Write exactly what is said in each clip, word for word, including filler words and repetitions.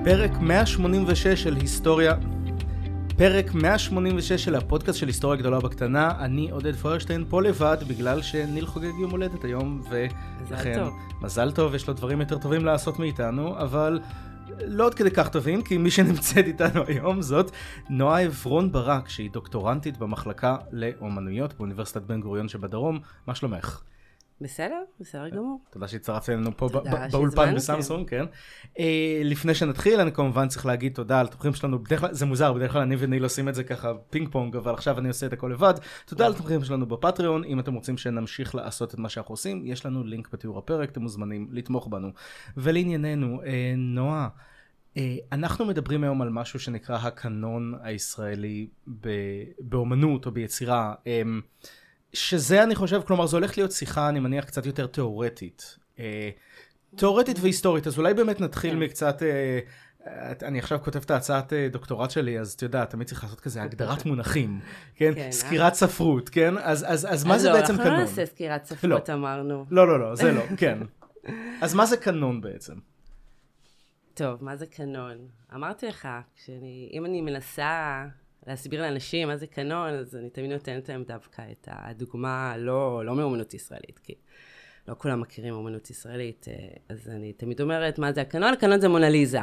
פרק מאה שמונים ושש של היסטוריה, פרק מאה שמונים ושש של הפודקאסט של היסטוריה גדולה בקטנה. אני עודד פוירשטיין פה לבד בגלל שניל חוגג יום הולדת היום, ולכן מזל טוב, יש לו דברים יותר טובים לעשות מאיתנו, אבל לא עוד כדי כך טובים, כי מי שנמצאת איתנו היום זאת נועה עברון ברק, שהיא דוקטורנטית במחלקה לאומנויות באוניברסיטת בן גוריון שבדרום. מה שלומך? בסדר, בסדר גמור. תודה שהצטרפת אלינו פה באולפן בסמסונג, כן. לפני שנתחיל, אני כמובן צריך להגיד תודה על תומכים שלנו. בדרך כלל, זה מוזר, בדרך כלל אני וניל עושים את זה ככה פינג פונג, אבל עכשיו אני עושה את הכל לבד. תודה על תומכים שלנו בפטריון. אם אתם רוצים שנמשיך לעשות את מה שאנחנו עושים, יש לנו לינק בתיאור הפרק, אתם מוזמנים לתמוך בנו. ולענייננו, נועה, אנחנו מדברים היום על משהו שנקרא הקנון הישראלי באומנות או ביצירה. שזה אני חושב, כלומר, זה הולך להיות שיחה, אני מניח, קצת יותר תיאורטית. תיאורטית והיסטורית, אז אולי באמת נתחיל מקצת, אני עכשיו כותב את ההצעת דוקטורט שלי, אז אתה יודע, תמיד צריך לעשות כזה הגדרת מונחים, כן? סקירת ספרות, כן? אז מה זה בעצם קנון? אנחנו לא נעשה סקירת ספרות, אמרנו. לא, לא, לא, זה לא, כן. אז מה זה קנון בעצם? טוב, מה זה קנון? אמרתי לך, אם אני מנסה להסביר לאנשים מה זה קנון, אז אני תמיד נותנת להם דווקא את הדוגמה לא, לא מאומנות ישראלית, כי לא כולם מכירים אומנות ישראלית, אז אני תמיד אומרת מה זה הקנון. הקנון זה מונליזה.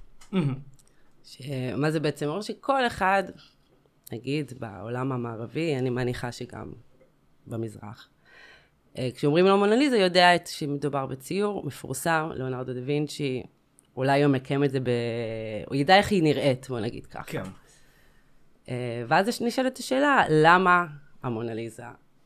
מה זה בעצם אומר? שכל אחד, נגיד בעולם המערבי, אני מניחה שגם במזרח, כשאומרים לו מונליזה, יודע את שמדובר בציור מפורסם, ליאונרדו דה וינצ'י, אולי הוא מקם את זה ב... הוא ידע איך היא נראית, בוא נגיד ככה. כן. ואז נשאלת השאלה, למה המונליזה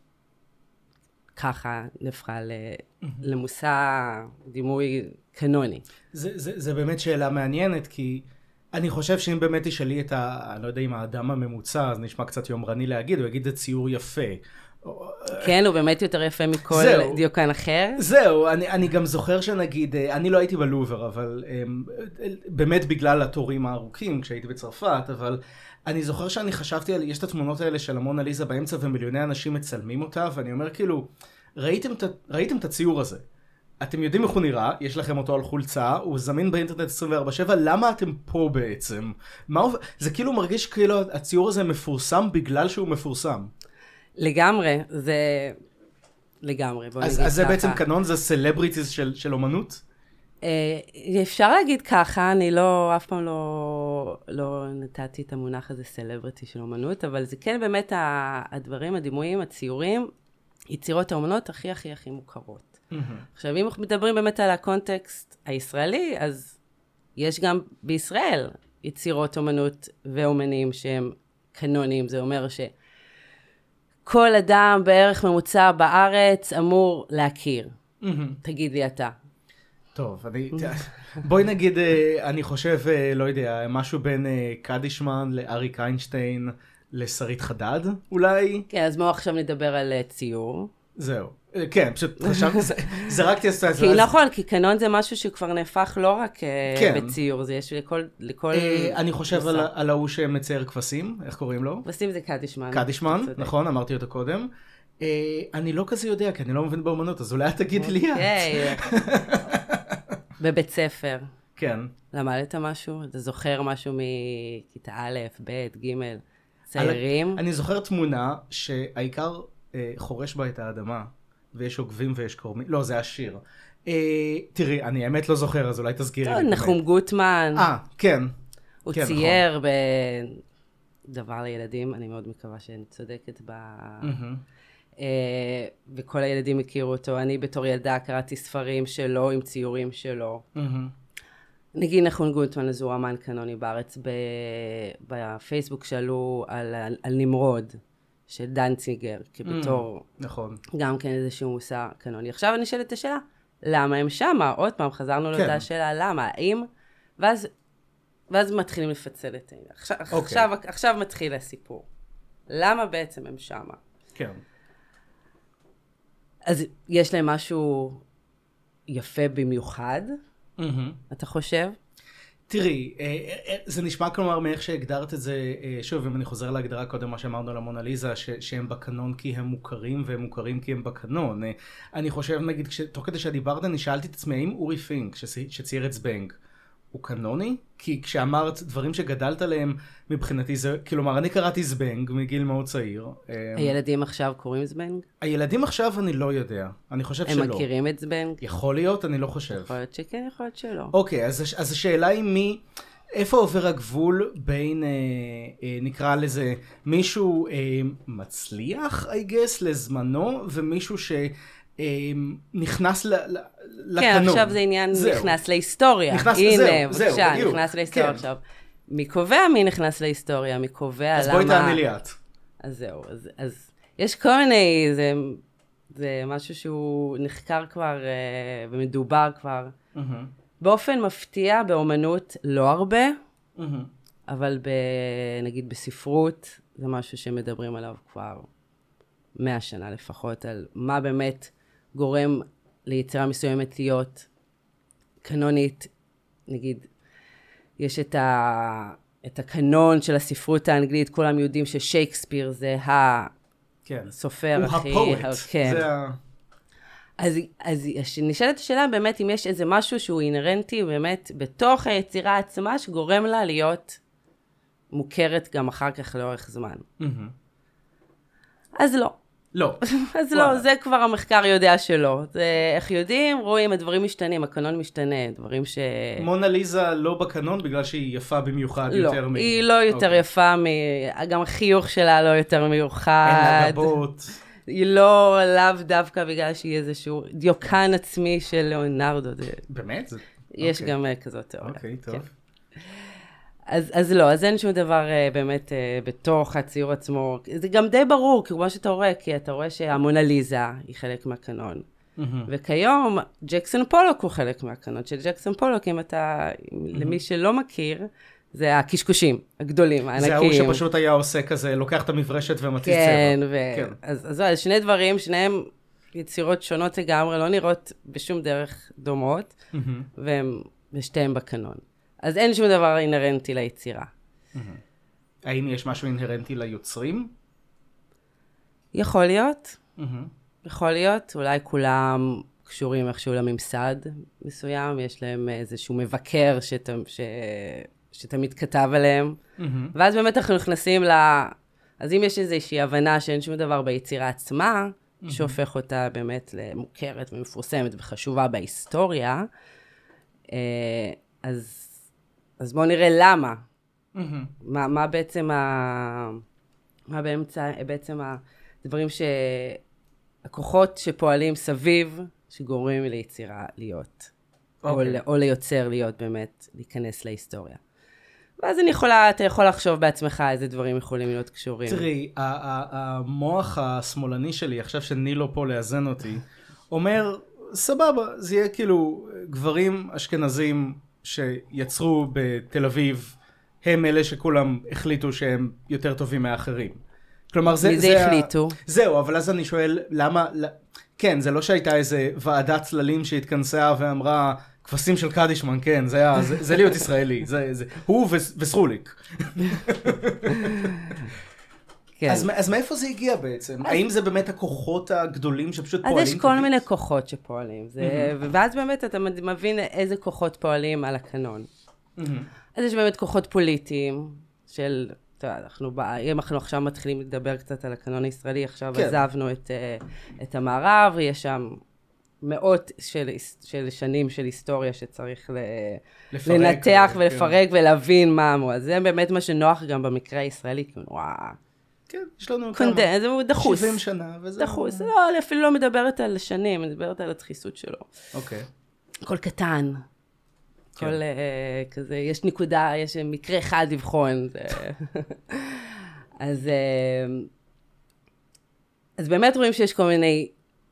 ככה נפחה למושא דימוי קנוני? זה, זה, זה באמת שאלה מעניינת, כי אני חושב שאם באמת תשאלי את ה... אני לא יודע אם האדם הממוצע, אז נשמע קצת יומרני להגיד, הוא יגיד זה ציור יפה. כן, הוא באמת יותר יפה מכל דיוקן אחר. זהו, אני, אני גם זוכר שנגיד, אני לא הייתי בלובר, אבל באמת בגלל התורים הארוכים כשהייתי בצרפת, אבל אני זוכר שאני חשבתי על, יש את התמונות האלה של המונליזה באמצע ומיליוני אנשים מצלמים אותה, ואני אומר כאילו, ראיתם, ראיתם את הציור הזה? אתם יודעים איך הוא נראה, יש לכם אותו על חולצה, הוא זמין באינטרנט עשרים וארבע שבע, למה אתם פה בעצם? מה, זה כאילו מרגיש כאילו הציור הזה מפורסם בגלל שהוא מפורסם. לגמרי, זה לגמרי, בוא נגיד ככה. אז זה בעצם קנון, זה סלבריטיז של, של אומנות? אפשר להגיד ככה, אני לא, אף פעם לא, לא נתתי את המונח הזה סלבריטי של אומנות, אבל זה כן באמת הדברים, הדימויים, הציורים, יצירות האומנות הכי הכי הכי מוכרות. Mm-hmm. עכשיו, אם אנחנו מדברים באמת על הקונטקסט הישראלי, אז יש גם בישראל יצירות אומנות ואומנים שהם קנונים, זה אומר שכל אדם בערך ממוצע בארץ אמור להכיר. Mm-hmm. תגיד לי אתה. טוב, אני, בואי נגיד, אני חושב, לא יודע, משהו בין קדישמן לאריק איינשטיין לשרית חדד, אולי? כן, אז בואו עכשיו נדבר על ציור. זהו, כן, פשוט חשבתי, זרקתי את זה. כי נכון, כי קנון זה משהו שכבר נהפך לא רק בציור, זה יש לכל... אני חושב על ההוא שמצייר כבשים, איך קוראים לו? כבשים זה קדישמן. קדישמן, נכון, אמרתי אותו קודם. אני לא כזה יודע, כי אני לא מבין באומנות, אז אולי תגיד לי את. בבית ספר. כן. למדת משהו? אתה זוכר משהו מכיתה א', ב', ג', צעירים? אני זוכר תמונה שהעיקר חורש בה את האדמה, ויש עוקבים ויש קורמים. לא, זה השיר. תראי, אני האמת לא זוכר, אז אולי תסגירי. טוב, נחום גוטמן. אה, כן. הוא צייר בדבר לילדים, אני מאוד מקווה שאני צודקת ב... וכל הילדים הכירו אותו. אני בתור ילדה קראתי ספרים שלו עם ציורים שלו. נגיד נחום גוטמן, אז הוא אמן קנוני בארץ. בפייסבוק שאלו על נמרוד של דנציגר, כבתור גם כן איזשהו מושא קנוני. עכשיו אני שואלת את השאלה, למה הם שמה? עוד פעם חזרנו לאותה שאלה, למה? האם? ואז מתחילים לפצל את העניין. עכשיו מתחיל הסיפור. למה בעצם הם שמה? כן. אז יש להם משהו יפה במיוחד, mm-hmm. אתה חושב? תראי, זה נשמע כלומר מאיך שהגדרת את זה, שוב, אם אני חוזר להגדרה קודם מה שאמרנו על המונליזה, שהם בקנון כי הם מוכרים, והם מוכרים כי הם בקנון. אני חושב, נגיד, תוך כדי שדיברת, אני שאלתי את עצמי, האם אורי פינק, שצייר את זבנג, הוא קנוני? כי כשאמרת דברים שגדלת עליהם מבחינתי זה, כלומר, אני קראתי זבנג מגיל מאוד צעיר. הילדים עכשיו קוראים זבנג? הילדים עכשיו אני לא יודע, אני חושב שלא. הם מכירים את זבנג? יכול להיות, אני לא חושב. יכול להיות שכן, יכול להיות שלא. אוקיי, אז, אז השאלה היא מי, איפה עובר הגבול בין, אה, אה, נקרא לזה, מישהו אה, מצליח, I guess, לזמנו, ומישהו ש... נכנס לקנון. כן, עכשיו זה עניין נכנס להיסטוריה. הנה, בבקשה, נכנס להיסטוריה עכשיו. מי קובע מי נכנס להיסטוריה? מי קובע למה... אז בואי תעני לי את. אז זהו, אז יש כל מיני, זה משהו שהוא נחקר כבר ומדובר כבר. באופן מפתיע, באומנות לא הרבה, אבל נגיד בספרות, זה משהו שמדברים עליו כבר מאה שנה לפחות, על מה באמת גורם ליצירה מסוימת להיות קנונית. נגיד, יש את, ה... את הקנון של הספרות האנגלית, כולם יודעים ששייקספיר זה הסופר כן. הכי... הוא הפואט. כן. זה ה... אז, אז נשאלת השאלה באמת אם יש איזה משהו שהוא אינרנטי באמת בתוך היצירה עצמה, שגורם לה להיות מוכרת גם אחר כך לאורך זמן. Mm-hmm. אז לא. לא. אז לא, זה כבר המחקר יודע שלא. זה איך יודעים, רואים, הדברים משתנים, הקנון משתנה, דברים ש... מונה ליזה לא בקנון בגלל שהיא יפה במיוחד יותר מ... לא, היא לא יותר יפה, גם החיוך שלה לא יותר מיוחד. אין לה גבות. היא לא לאו דווקא בגלל שהיא איזשהו דיוקן עצמי של ליאונרדו. באמת? יש גם כזאת תיאוריה. אוקיי, טוב. אז, אז לא, אז אין שום דבר uh, באמת uh, בתוך הציור עצמו. זה גם די ברור, כמו שאתה רואה, כי אתה רואה שהמונה ליזה היא חלק מהקנון. Mm-hmm. וכיום, ג'קסון פולוק הוא חלק מהקנון. של ג'קסון פולוק, אם אתה, mm-hmm. למי שלא מכיר, זה הקשקושים הגדולים, הענקים. זה ההוא שפשוט היה עושה כזה, לוקח את המברשת ומציץ כן, צבע. ו... כן, אז, אז, אז שני דברים, שניהם יצירות שונות לגמרי, לא נראות בשום דרך דומות, mm-hmm. והם בשתיהם בקנון. אז אין שום דבר אינרנטי ליצירה. האם יש משהו אינרנטי ליוצרים? יכול להיות. יכול להיות. אולי כולם קשורים איכשהו לממסד מסוים, יש להם איזשהו מבקר שתמיד כתב עליהם. ואז באמת אנחנו נכנסים ל... אז אם יש איזושהי הבנה שאין שום דבר ביצירה עצמה, שהופך אותה באמת למוכרת ומפורסמת וחשובה בהיסטוריה, אז... אז בואו נראה למה. Mm-hmm. מה, מה בעצם ה... מה באמצע, בעצם הדברים שהכוחות שפועלים סביב, שגורמים ליצירה להיות. Okay. או, או ליוצר להיות באמת, להיכנס להיסטוריה. ואז אני יכולה, אתה יכול לחשוב בעצמך איזה דברים יכולים להיות קשורים. תראי, המוח השמאלני שלי, עכשיו שנילו פה לאזן אותי, אומר, סבבה, זה יהיה כאילו גברים אשכנזים, שיצרו בתל אביב, הם אלה שכולם החליטו שהם יותר טובים מאחרים. כלומר, זה... מי זה החליטו? זהו, אבל אז אני שואל, למה... כן, זה לא שהייתה איזה ועדת צללים שהתכנסה ואמרה, כבשים של קדישמן, כן, זה להיות ישראלי. הוא וסרוליק. אז מאיפה זה הגיע בעצם? האם זה באמת הכוחות הגדולים שפשוט פועלים? אז יש כל מיני כוחות שפועלים, ואז באמת אתה מבין איזה כוחות פועלים על הקנון. אז יש באמת כוחות פוליטיים של, אם אנחנו עכשיו מתחילים לדבר קצת על הקנון הישראלי, עכשיו עזבנו את המערב, יש שם מאות של שנים של היסטוריה שצריך לנתח ולפרק ולהבין מה אמרו. אז זה באמת מה שנוח גם במקרה הישראלי, כי וואו. כן, יש לנו כמה, זה דחוס. שבעים שנה, וזה... דחוס, לא, אני אפילו לא מדברת על שנים, אני מדברת על הדחיסות שלו. אוקיי. הכל קטן. כל כזה, יש נקודה, יש מקרה אחד לבחון. אז, אז באמת רואים שיש כל מיני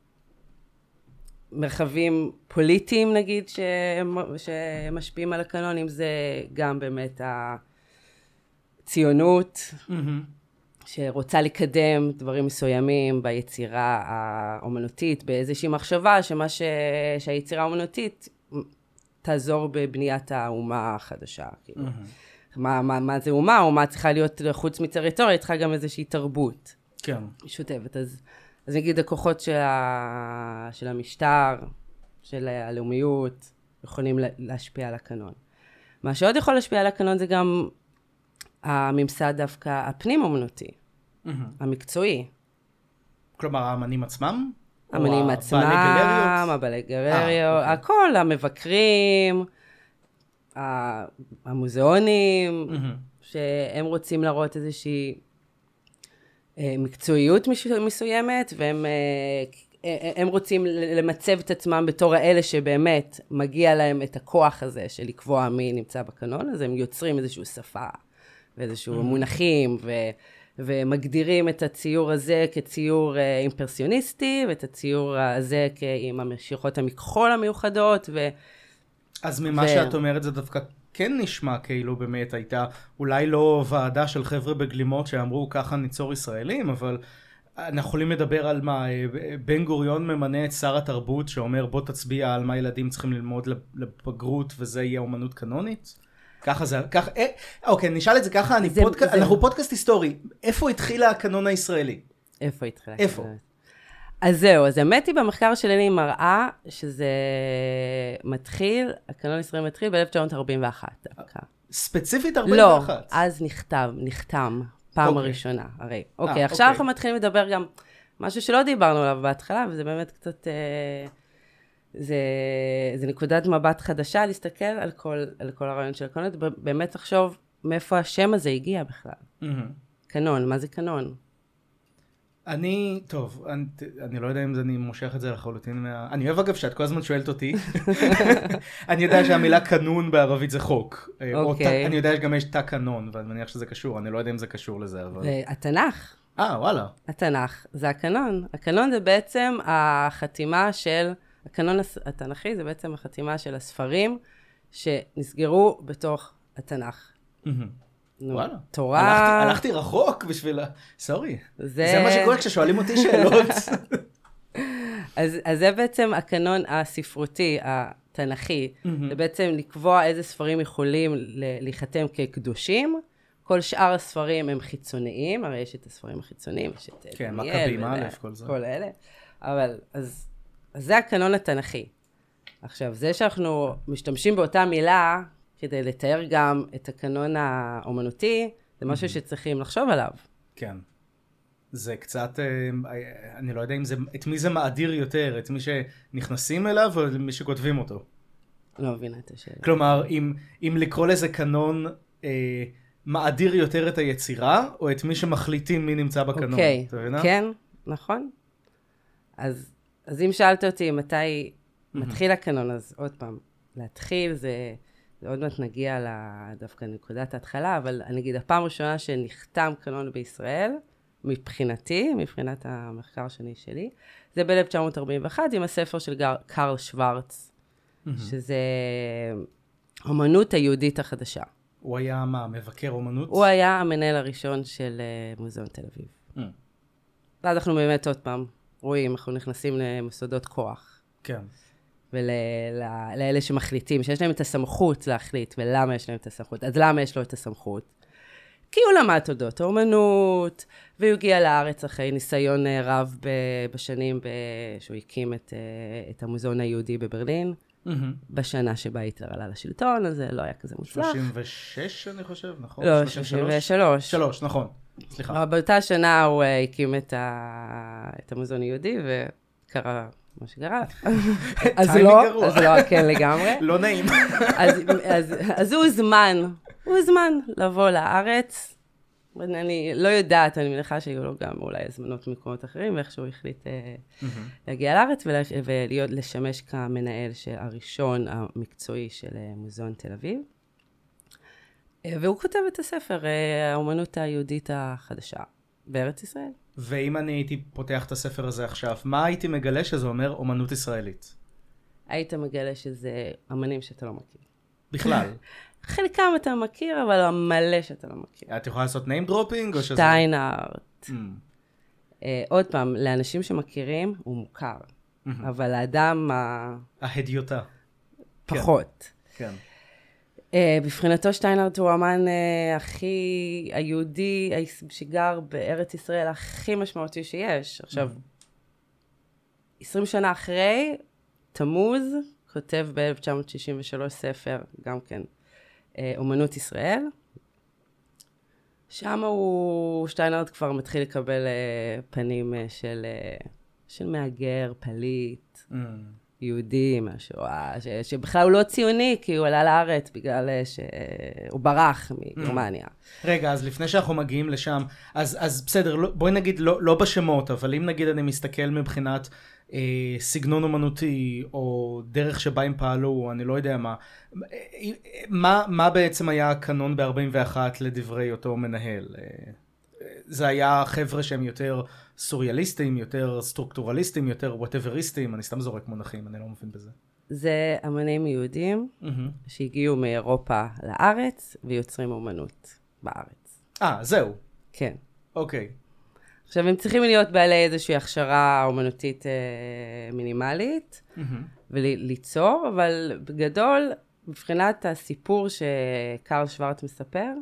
מרחבים פוליטיים, נגיד, שמשפיעים על הקנון, אם זה גם באמת הציונות, שרוצה לקדם דברים מסוימים ביצירה האומנותית, באיזושהי מחשבה שמה ש... שהיצירה האומנותית תעזור בבניית האומה החדשה. כאילו. Mm-hmm. מה, מה, מה זה אומה? אומה צריכה להיות חוץ מטריטוריה, צריכה גם איזושהי תרבות. כן. משותפת. אז, אז נגיד הכוחות של, ה... של המשטר, של הלאומיות, יכולים להשפיע על הקנון. מה שעוד יכול להשפיע על הקנון זה גם הממסד דווקא הפנים-אומנותי, mm-hmm. המקצועי. כלומר, האמנים עצמם? האמנים עצמם, הבעלי גלריות, אוקיי. הכל, המבקרים, המוזיאונים, mm-hmm. שהם רוצים להראות איזושהי מקצועיות מסוימת, והם הם רוצים למצב את עצמם בתור האלה שבאמת מגיע להם את הכוח הזה של לקבוע מי נמצא בקנון, אז הם יוצרים איזושהי שפה ואיזשהו mm-hmm. מונחים, ו, ומגדירים את הציור הזה כציור אימפרסיוניסטי, ואת הציור הזה עם המשיכות המכחול המיוחדות. ו, אז ממה ו... שאת אומרת זה דווקא כן נשמע כאילו באמת הייתה אולי לא ועדה של חבר'ה בגלימות שאמרו ככה ניצור ישראלים, אבל אנחנו יכולים לדבר על מה, בן גוריון ממנה את שר התרבות שאומר בוא תצביע על מה ילדים צריכים ללמוד לבגרות וזה יהיה אומנות קנונית? ככה זה, ככה, אה, אוקיי, נשאל את זה ככה, אני זה, פודקאסט, זה... אנחנו פודקאסט היסטורי, איפה התחילה הקנון הישראלי? איפה התחילה? איפה? אז זהו, אז האמת היא במחקר שלי מראה שזה מתחיל, הקנון הישראלי מתחיל ב-אלף תשע מאות ארבעים ואחת דווקא. ספציפית ארבעים ואחת? לא, אז נכתב, נחתם. פעם הראשונה, הרי. אוקיי, עכשיו אנחנו מתחילים לדבר גם משהו שלא דיברנו עליו בהתחלה, וזה באמת קצת, זה נקודת מבט חדשה להסתכל על כל הרעיון של הקנון, באמת לחשוב מאיפה השם הזה הגיע בכלל. קנון, מה זה קנון? אני, טוב, אני, אני לא יודע אם אני מושך את זה לחלוטין מה... אני אוהב אגב שאת כל הזמן שואלת אותי. אני יודע שהמילה קנון בערבית זה חוק. אוקיי. אני יודע שגם יש תא קנון, ואני מניח שזה קשור. אני לא יודע אם זה קשור לזה, אבל... התנ"ך. אה, וואלה. התנ"ך זה הקנון. הקנון זה בעצם החתימה של... הקנון התנ"כי זה בעצם החתימה של הספרים שנסגרו בתוך התנ"ך. וואלה. תורה... הלכתי, הלכתי רחוק בשביל ה... סורי. זה... זה מה שקורה כששואלים אותי שאלות. אז, אז זה בעצם הקנון הספרותי, התנ"כי, זה בעצם לקבוע איזה ספרים יכולים להיחתם כקדושים. כל שאר הספרים הם חיצוניים, הרי יש את הספרים החיצוניים, יש את... כן, מכבים א', כל זה. כל אלה. אבל, אז, אז זה הקנון התנ"כי. עכשיו, זה שאנחנו משתמשים באותה מילה, כדי לתאר גם את הקנון האומנותי, זה משהו שצריכים לחשוב עליו. כן. זה קצת, אני לא יודע אם זה, את מי זה מאדיר יותר, את מי שנכנסים אליו או מי שכותבים אותו? לא מבינה את השאלה. כלומר, אם, אם לקרוא לזה קנון אה, מאדיר יותר את היצירה, או את מי שמחליטים מי נמצא בקנון. אוקיי, כן, נכון. אז, אז אם שאלת אותי מתי מתחיל הקנון, אז עוד פעם, להתחיל זה... ועוד מעט נגיע דווקא לנקודת ההתחלה, אבל אני אגיד, הפעם הראשונה שנחתם קנון בישראל, מבחינתי, מבחינת המחקר שני שלי, זה ב-אלף תשע מאות ארבעים ואחת, עם הספר של גר, קרל שוורץ, mm-hmm. שזה אומנות היהודית החדשה. הוא היה מה, מבקר אומנות? הוא היה המנהל הראשון של uh, מוזיאון תל אביב. Mm. ואז אנחנו באמת עוד פעם רואים, אנחנו נכנסים למוסדות כוח. כן. ולאלה שמחליטים, שיש להם את הסמכות להחליט, ולמה יש להם את הסמכות. אז למה יש לו את הסמכות? כי הוא למד תולדות האומנות, והוא הגיע לארץ אחרי ניסיון רב בשנים שהוא הקים את, את המוזיאון היהודי בברלין, mm-hmm. בשנה שבה היטלר עלה לשלטון, אז זה לא היה כזה מוצלח. שלושים ושש אני חושב, נכון? לא, שלושים ושלוש. שלוש, נכון. סליחה. באותה שנה הוא הקים את, ה... את המוזיאון היהודי, וקרה... מה שקרה. אז לא, אז לא, כן לגמרי. לא נעים. אז הוא זמן, הוא זמן לבוא לארץ. אני לא יודעת, אני מניחה שהיו לו גם אולי הזמנות ממקומות אחרים, ואיך שהוא החליט להגיע לארץ ולשמש כמנהל הראשון המקצועי של מוזיאון תל אביב. והוא כותב את הספר, האומנות היהודית החדשה, בארץ ישראל. ואם אני הייתי פותח את הספר הזה עכשיו, מה הייתי מגלה שזה אומר אומנות ישראלית? היית מגלה שזה אמנים שאתה לא מכיר. בכלל? חלקם אתה מכיר, אבל המלא שאתה לא מכיר. את יכולה לעשות name dropping? שטיינארט. Mm. אה, עוד פעם, לאנשים שמכירים הוא מוכר, mm-hmm. אבל האדם... ההדיוטה. פחות. כן. כן. Uh, בבחינתו שטיינארט הוא האמן uh, הכי, היהודי שגר בארץ ישראל הכי משמעותי שיש. עכשיו, עשרים שנה אחרי, תמוז כותב ב-אלף תשע מאות שישים ושלוש ספר, גם כן, אומנות ישראל. שם הוא, שטיינהרד כבר מתחיל לקבל פנים של, של מהגר, פליט, mm. יהודי, מהשואה, ש, שבכלל הוא לא ציוני, כי הוא עלה לארץ בגלל שהוא ברח מגרמניה. Mm. רגע, אז לפני שאנחנו מגיעים לשם, אז, אז בסדר, לא, בואי נגיד, לא, לא בשמות, אבל אם נגיד אני מסתכל מבחינת אה, סגנון אומנותי, או דרך שבה הם פעלו, אני לא יודע מה, מה, מה בעצם היה הקנון ב-ארבעים ואחת לדברי אותו מנהל? זה היה חבר'ה שהם יותר סוריאליסטים, יותר סטרוקטורליסטים, יותר וואטאבריסטים, אני סתם זורק מונחים, אני לא מבין בזה. זה אמנים יהודים mm-hmm. שהגיעו מאירופה לארץ ויוצרים אומנות בארץ. אה, זהו. כן. אוקיי. עכשיו, הם צריכים להיות בעלי איזושהי הכשרה אומנותית אה, מינימלית, mm-hmm. וליצור, אבל בגדול, מבחינת הסיפור שקרל שוורץ מספר,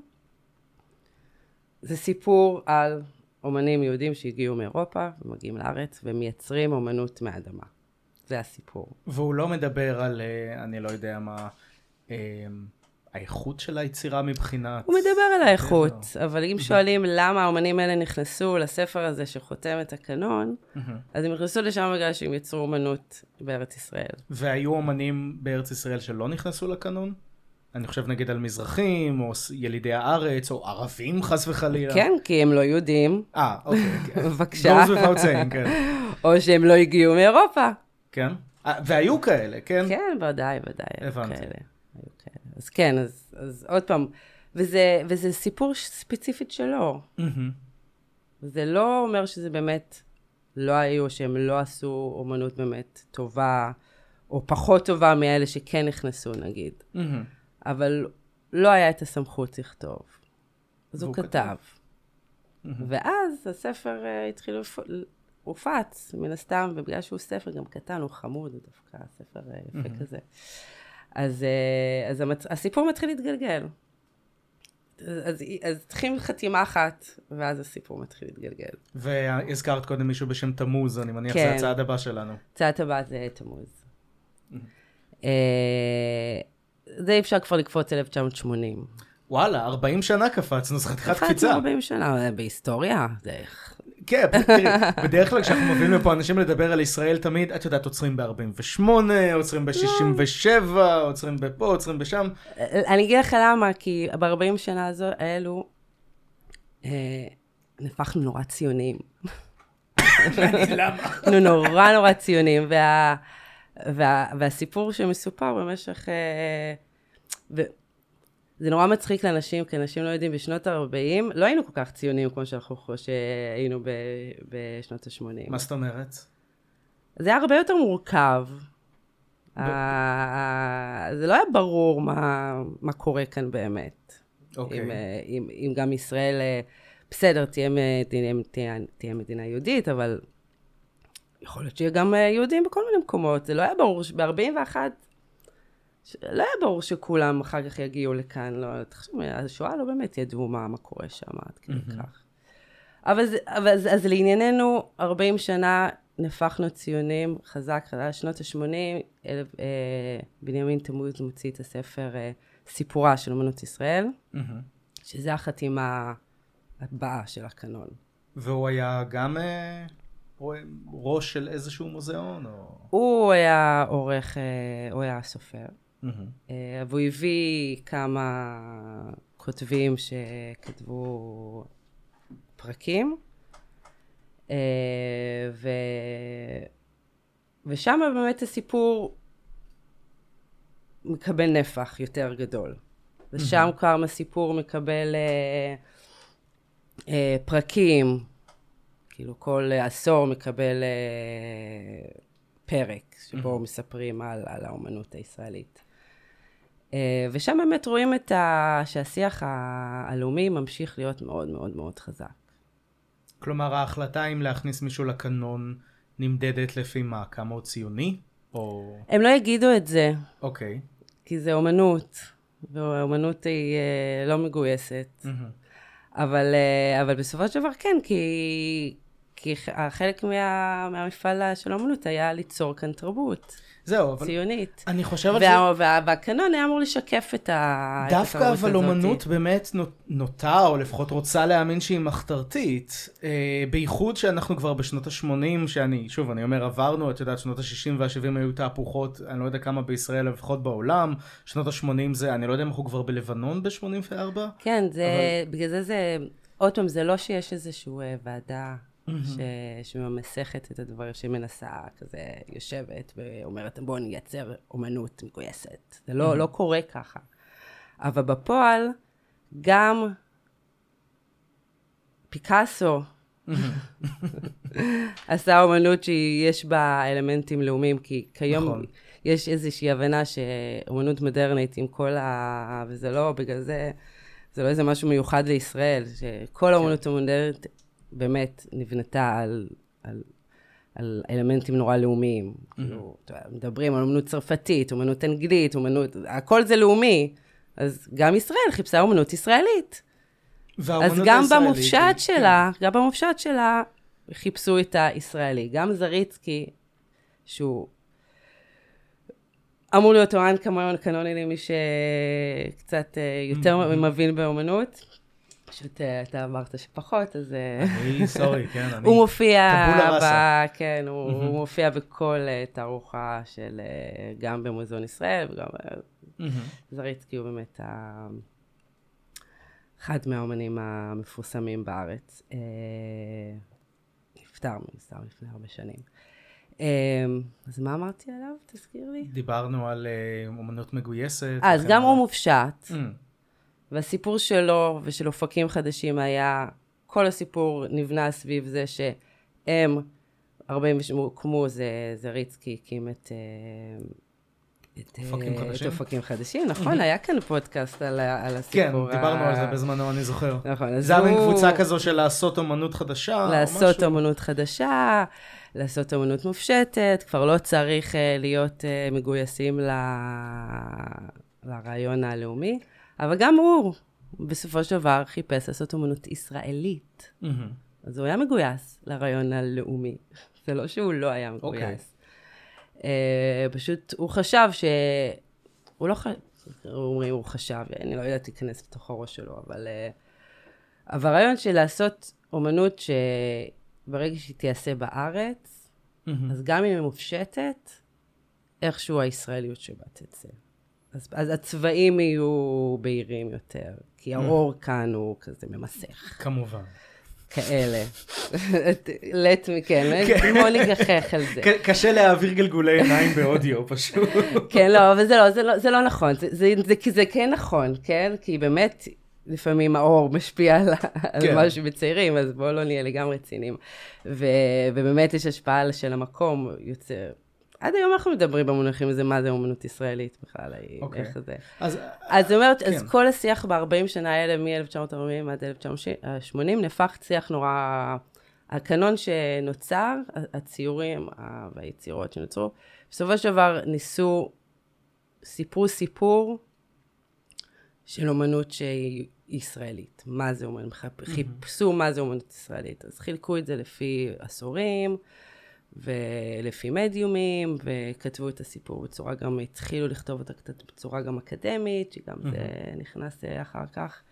זה סיפור על אומנים יהודים שהגיעו מאירופה ומגיעים לארץ ומייצרים אומנות מהאדמה. זה הסיפור. והוא לא מדבר על, אני לא יודע מה, האיכות של היצירה מבחינת... הוא מדבר על האיכות, אבל אם שואלים למה האומנים האלה נכנסו לספר הזה שחותם את הקנון, אז הם נכנסו לשם בגלל שהם יצרו אומנות בארץ ישראל. והיו אומנים בארץ ישראל שלא נכנסו לקנון? אני חושב נגיד על מזרחים, או ילידי הארץ, או ערבים חס וחלילה. כן, כי הם לא יהודים. אה, אוקיי. בבקשה. Goes without saying, כן. או שהם לא הגיעו מאירופה. כן? והיו כאלה, כן? כן, ודאי, ודאי. הבנתי. היו כאלה. אז כן, אז, אז עוד פעם, וזה, וזה סיפור ספציפית שלו. זה לא אומר שזה באמת לא היו, שהם לא עשו אומנות באמת טובה, או פחות טובה מאלה שכן נכנסו, נגיד. אבל לא היה את הסמכות לכתוב. אז הוא כתב. ואז הספר התחיל הופץ, מן הסתם, ובגלל שהוא ספר גם קטן, הוא חמוד, דווקא, ספר יפה כזה. אז, אז הסיפור מתחיל להתגלגל. אז, אז צריכים חתימה אחת, ואז הסיפור מתחיל להתגלגל. והזכרת קודם מישהו בשם תמוז, אני מניח כן. זה הצעד הבא שלנו. הצעד הבא זה תמוז. זה אפשר כבר לקפוץ אלף תשע מאות שמונים. וואלה, ארבעים שנה קפצנו, זו חתיכת קפיצה. קפצנו ארבעים שנה, בהיסטוריה. כן, תראי, בדרך כלל כשאנחנו מביאים לפה אנשים לדבר על ישראל תמיד, את יודעת, עוצרים ב-ארבעים ושמונה, עוצרים ב-שישים ושבע, עוצרים בפה, עוצרים בשם. אני אגיד לך למה, כי ב-ארבעים שנה האלו, נפחנו נורא ציוניים. למה? נו, נורא נורא ציוניים, וה... וה, והסיפור שמסופר במשך, ו, זה נורא מצחיק לאנשים, כי אנשים לא יודעים, בשנות ה-ארבעים, לא היינו כל כך ציונים כמו שאנחנו שהיינו ב, בשנות ה-שמונים. מה זאת אומרת? זה היה הרבה יותר מורכב. ב... ה, זה לא היה ברור מה, מה קורה כאן באמת. אוקיי. אם, אם, אם גם ישראל, בסדר, תהיה, תהיה, תהיה, תהיה מדינה יהודית, אבל... יכול להיות שיהיה גם יהודים בכל מיני מקומות, זה לא היה ברור, ב-ארבעים ואחת, לא היה ברור שכולם אחר כך יגיעו לכאן, לא, תחשוב, השואה לא באמת ידעו מה, מה קורה שם, עד כדי כך. אבל, אבל אז לענייננו, ארבעים שנה נפחנו ציונים, חזק, חזק, שנות ה-שמונים, אה, בנימין תמוז מוציא את הספר אה, סיפורה של אומנות ישראל, שזה החתימה הבאה של הקנון. והוא היה גם... אה... ראש של איזשהו מוזיאון? או... הוא היה עורך, הוא היה סופר. Mm-hmm. והוא הביא כמה כותבים שכתבו פרקים. ו... ושם באמת הסיפור מקבל נפח יותר גדול. ושם mm-hmm. כבר הסיפור מקבל פרקים, כאילו כל עשור מקבל אה, פרק שבו mm-hmm. מספרים על, על האומנות הישראלית. אה, ושם באמת רואים את ה, שהשיח הלאומי ממשיך להיות מאוד מאוד מאוד חזק. כלומר, ההחלטה אם להכניס מישהו לקנון נמדדת לפי מה? כמה הוא ציוני? או... הם לא יגידו את זה. אוקיי. Okay. כי זה אומנות, והאומנות היא אה, לא מגויסת. Mm-hmm. אבל, אה, אבל בסופו של דבר כן, כי... כי חלק מה, מהמפעל של האמנות היה ליצור כאן תרבות. זהו, אבל... ציונית. אני חושב על וה, זה... וה, והקנון היה אמור לשקף את ה... דווקא אבל אומנות באמת נוטה, או לפחות רוצה להאמין שהיא מחתרתית, אה, בייחוד שאנחנו כבר בשנות ה-שמונים, שאני, שוב, אני אומר, עברנו, את יודעת, שנות ה-שישים וה-שבעים היו תהפוכות, אני לא יודע כמה בישראל, לפחות בעולם, שנות ה-שמונים זה, אני לא יודע אם אנחנו כבר בלבנון ב-שמונים וארבע? כן, זה, אבל... בגלל זה זה, עוד פעם, זה לא שיש איזשהו ועדה, ש... שממסכת את הדבר שמנסה כזה יושבת ואומרת בואו נייצר אומנות מגויסת. זה לא, לא קורה ככה. אבל בפועל גם פיקאסו עשה אומנות שיש בה אלמנטים לאומיים, כי כיום נכון. יש איזושהי הבנה שאומנות מודרנית עם כל ה... וזה לא, בגלל זה, זה לא איזה משהו מיוחד לישראל, שכל האומנות המודרנית באמת נבנתה על, על, על אלמנטים נורא לאומיים. Mm-hmm. כאילו, מדברים על אומנות צרפתית, אומנות אנגלית, אומנות, הכל זה לאומי. אז גם ישראל חיפשה אומנות ישראלית. אז גם במופשט שלה, כן. גם במופשט שלה, חיפשו את הישראלי. גם זריצקי, שהוא אמור להיות אומן כמובן קנוני למי שקצת יותר mm-hmm. מבין באומנות. פשוט אתה אמרת שפחות, אז... אני, סורי, כן, אני... הוא מופיע ב... כן, הוא מופיע בכל תערוכה של... גם במוזיאון ישראל, וגם... זריצקי הוא באמת אחד מהאומנים המפורסמים בארץ. נפטר מסתם לפני הרבה שנים. אז מה אמרתי עליו? תזכיר לי. דיברנו על אומנות מגויסת. אז גם הוא מופשט. והסיפור שלו ושל אופקים חדשים היה, כל הסיפור נבנה סביב זה שהם, ארבעים ושמונה, כמו זה, זריצקי הקים את, את, אופקים חדשים? את אופקים חדשים, נכון, היה כאן פודקאסט על, על הסיפור. כן, דיברנו על זה בזמנו, אני זוכר. נכון, זה היה בין קבוצה כזו של לעשות אומנות חדשה? לעשות אומנות חדשה, לעשות אומנות מופשטת, כבר לא צריך להיות מגויסים ל, לרעיון הלאומי. אבל גם הוא, בסופו של דבר, חיפש לעשות אומנות ישראלית. Mm-hmm. אז הוא היה מגויס לרעיון הלאומי. זה לא שהוא לא היה מגויס. Okay. Uh, פשוט הוא חשב ש... הוא לא חשב... אומרים, הוא חשב, אני לא יודעת להיכנס לתוך הראש שלו, אבל... Uh, אבל הרעיון של לעשות אומנות שברגע שהיא תיעשה בארץ, mm-hmm. אז גם אם היא מופשטת, איכשהו הישראליות שבה תצא. אז, אז הצבעים יהיו בהירים יותר, כי האור כאן הוא כזה ממסך. כמובן. כאלה. לט מכן, בוא נגחך על זה. קשה להעביר גלגולי עיניים באודיו פשוט. כן, לא, אבל זה לא, זה לא, זה לא נכון. זה, זה, זה, זה כן נכון, כן? כי באמת, לפעמים האור משפיע על, על כן. משהו בצעירים, אז בואו לא נהיה לגמרי ציניים. ו, ובאמת יש השפעה של המקום יוצר... עד היום אנחנו מדברים במונחים הזה, מה זה אומנות ישראלית בכלל, okay. איך זה. אז, אז זאת אומרת, כן. אז כל השיח ב-ארבעים שנה האלה, מ-אלף תשע מאות ארבעים עד אלף תשע מאות שמונים, נפח שיח נורא, הקנון שנוצר, הציורים והיצירות שנוצרו, בסופו של דבר ניסו, סיפרו סיפור של אומנות שהיא ישראלית. מה זה אומנות? Mm-hmm. חיפשו מה זה אומנות ישראלית. אז חילקו את זה לפי עשורים, ולפי מדיומים, וכתבו את הסיפור בצורה גם, התחילו לכתוב אותה קצת בצורה גם אקדמית, שגם mm-hmm. זה נכנס אחר כך.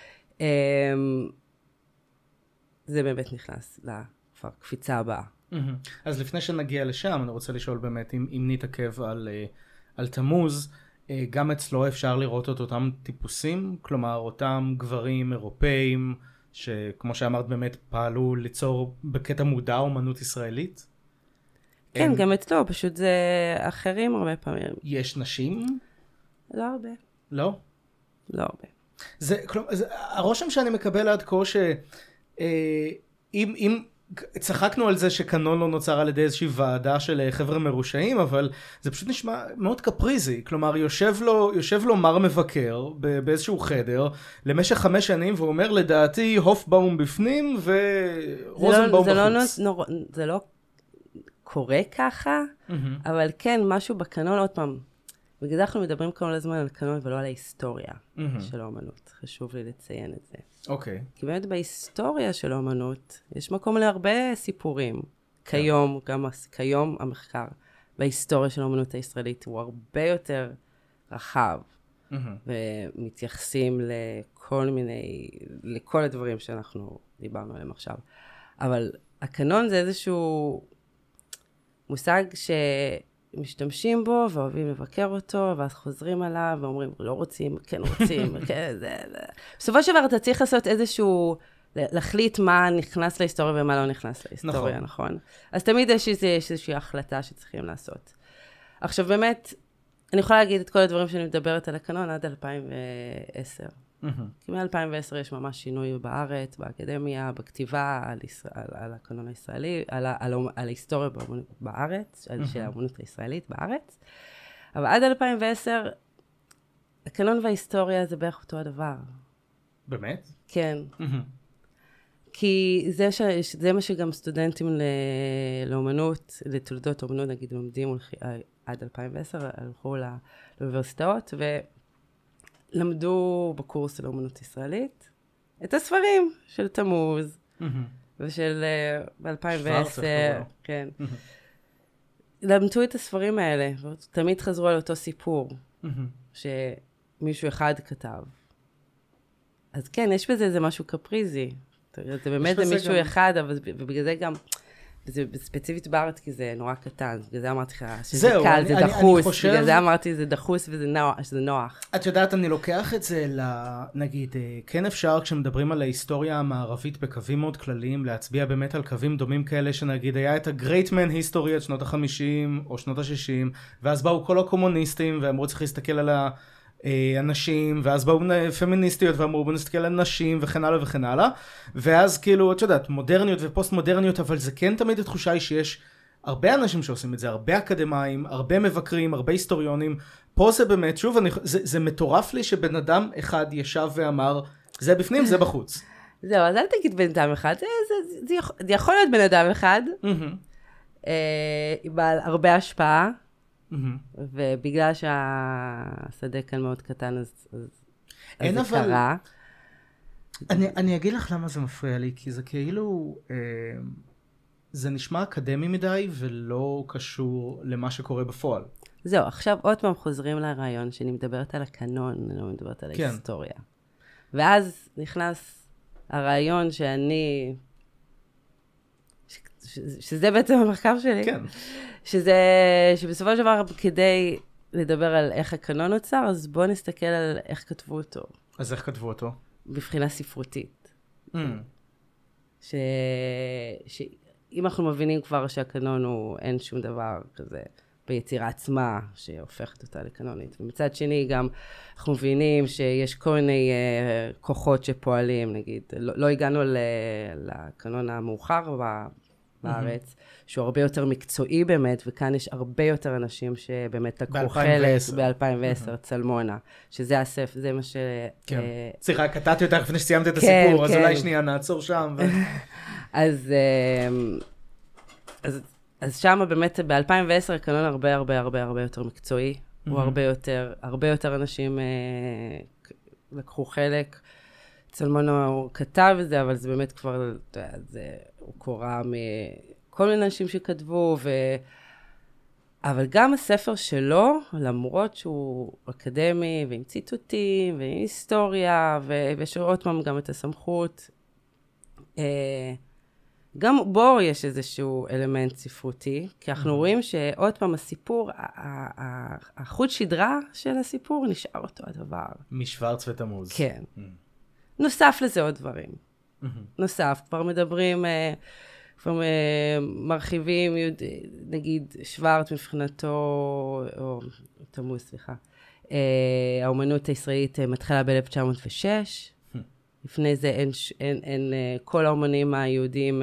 זה באמת נכנס לקפיצה הבאה. Mm-hmm. אז לפני שנגיע לשם, אני רוצה לשאול באמת, אם, אם נתעכב על, על תמוז, גם אצלו אפשר לראות את אותם טיפוסים, כלומר, אותם גברים אירופאים, שכמו שאמרת באמת פעלו ליצור בקטע מודע אומנות ישראלית? כן, הם... גם אצלו, פשוט זה אחרים הרבה פעמים. יש נשים? לא הרבה. לא? לא הרבה. זה, כלומר, זה, הרושם שאני מקבל עד כה ש... אה, אם, אם צחקנו על זה שקנון לא נוצר על ידי איזושהי ועדה של חבר'ה מרושעים, אבל זה פשוט נשמע מאוד קפריזי. כלומר, יושב לו, יושב לו מר מבקר באיזשהו חדר למשך חמש שנים, והוא אומר, לדעתי, הופבאום בפנים ורוזנבאום זה לא, בחוץ. זה לא, זה לא קורה ככה, mm-hmm. אבל כן, משהו בקנון, עוד פעם, בגלל זה אנחנו מדברים כל הזמן על קנון ולא על ההיסטוריה mm-hmm. של האומנות. חשוב לי לציין את זה. אוקיי. Okay. כי באמת בהיסטוריה של האומנות, יש מקום להרבה סיפורים. Okay. כיום, גם כיום המחקר בהיסטוריה של האומנות הישראלית הוא הרבה יותר רחב, mm-hmm. ומתייחסים לכל מיני, לכל הדברים שאנחנו דיברנו עליהם עכשיו. אבל הקנון זה איזשהו מושג שמשתמשים בו ואוהבים לבקר אותו, ואז חוזרים עליו ואומרים, לא רוצים, כן רוצים, כן, זה, זה. בסופו של דבר אתה צריך לעשות איזשהו, להחליט מה נכנס להיסטוריה ומה לא נכנס להיסטוריה, נכון? נכון? אז תמיד יש איזושהי החלטה שצריכים לעשות. עכשיו באמת, אני יכולה להגיד את כל הדברים שאני מדברת על הקנון עד אלפיים ועשר. כי מ-אלפיים ועשר יש ממש שינוי בארץ, באקדמיה, בכתיבה, על, על, על הקנון הישראלי, על, על, על ההיסטוריה בארץ, על של האמנות הישראלית בארץ. אבל עד אלפיים ועשר, הקנון וההיסטוריה זה בערך אותו הדבר. באמת? כן. כי זה, ש, זה מה שגם סטודנטים ל, לאומנות, לתולדות אומנות, נגיד, לומדים עד אלפיים ועשר, הלכו לא, לאוניברסיטאות, ו... למדו בקורס של האומנות ישראלית את הספרים של תמוז, mm-hmm. ושל uh, ב-אלפיים ועשר, כן. Mm-hmm. למדו את הספרים האלה, ותמיד חזרו על אותו סיפור, mm-hmm. שמישהו אחד כתב. אז כן, יש בזה איזה משהו קפריזי. זה באמת זה מישהו גם... אחד, אבל ובגלל זה גם... וזה ספציפית בארץ, כי זה נורא קטן. בגלל זה אמרתי לך שזה זהו, קל, אני, זה אני, דחוס. אני חושב... בגלל זה אמרתי, זה דחוס וזה נוח, שזה נוח. את יודעת, אני לוקח את זה, נגיד, כן אפשר, כשמדברים על ההיסטוריה המערבית בקווים מאוד כלליים, להצביע באמת על קווים דומים כאלה, שנגיד, היה את ה-Great Man History, את שנות ה-חמישים או שנות ה-שישים, ואז באו כל הקומוניסטים, ואמרו צריך להסתכל על ה... אנשים, ואז באו פמיניסטיות ואמרו בוא נסתכל על נשים וכן הלאה וכן הלאה, ואז כאילו, את יודעת, מודרניות ופוסט מודרניות, אבל זה כן תמיד התחושה היא שיש הרבה אנשים שעושים את זה, הרבה אקדמאים, הרבה מבקרים, הרבה היסטוריונים. פה זה באמת, שוב, אני, זה, זה מטורף לי שבן אדם אחד ישב ואמר, זה בפנים, זה בחוץ. זהו, אז אל תגיד בן אדם אחד, זה, זה, זה, יכול, זה יכול להיות בן אדם אחד, עם הרבה השפעה, ובגלל שהשדה כאן מאוד קטן, אז זה קרה. אני אגיד לך למה זה מפריע לי, כי זה כאילו, זה נשמע אקדמי מדי, ולא קשור למה שקורה בפועל. זהו, עכשיו עוד פעם חוזרים לרעיון, שאני מדברת על הקנון, אני לא מדברת על ההיסטוריה. ואז נכנס הרעיון שאני... שזה בעצם המחקר שלי. כן. שזה, שבסופו של דבר, כדי לדבר על איך הקנון נוצר, אז בואו נסתכל על איך כתבו אותו. אז איך כתבו אותו? בבחינה ספרותית. Mm. ש... שאם אנחנו מבינים כבר שהקנון הוא, אין שום דבר כזה ביצירה עצמה, שהופכת אותה לקנונית. ומצד שני, גם אנחנו מבינים שיש כל מיני uh, כוחות שפועלים, נגיד, לא, לא הגענו ל... לקנון המאוחר ב... בארץ, שהוא הרבה יותר מקצועי באמת, וכאן יש הרבה יותר אנשים שבאמת לקחו חלק ב-אלפיים ועשר, צלמונה, שזה הסף, זה מה ש... כן. סליחה, קטעתי אותך לפני שסיימת את הסיפור, אז אולי שנייה נעצור שם. אז שם באמת ב-אלפיים ועשר הקנון הרבה הרבה הרבה הרבה יותר מקצועי, הוא הרבה יותר, הרבה יותר אנשים לקחו חלק. צלמונה הוא כתב את זה, אבל זה באמת כבר, זה, הוא קורא מכל מיני אנשים שכתבו, ו... אבל גם הספר שלו, למרות שהוא אקדמי, ועם ציטוטים, ועם היסטוריה, ו... ויש עוד פעם גם את הסמכות, גם בו יש איזשהו אלמנט ספרותי, כי אנחנו רואים שעוד פעם הסיפור, החוט שדרה של הסיפור נשאר אותו הדבר. משוורץ ותמוז. כן. נוסף לזה עוד דברים. Mm-hmm. נוסף, כבר מדברים, כבר מרחיבים, נגיד שוורץ מבחינתו, או תמוז, סליחה. האומנות הישראלית מתחילה ב-אלף תשע מאות ושש. Mm-hmm. לפני זה אין, אין, אין, כל האומנים היהודים,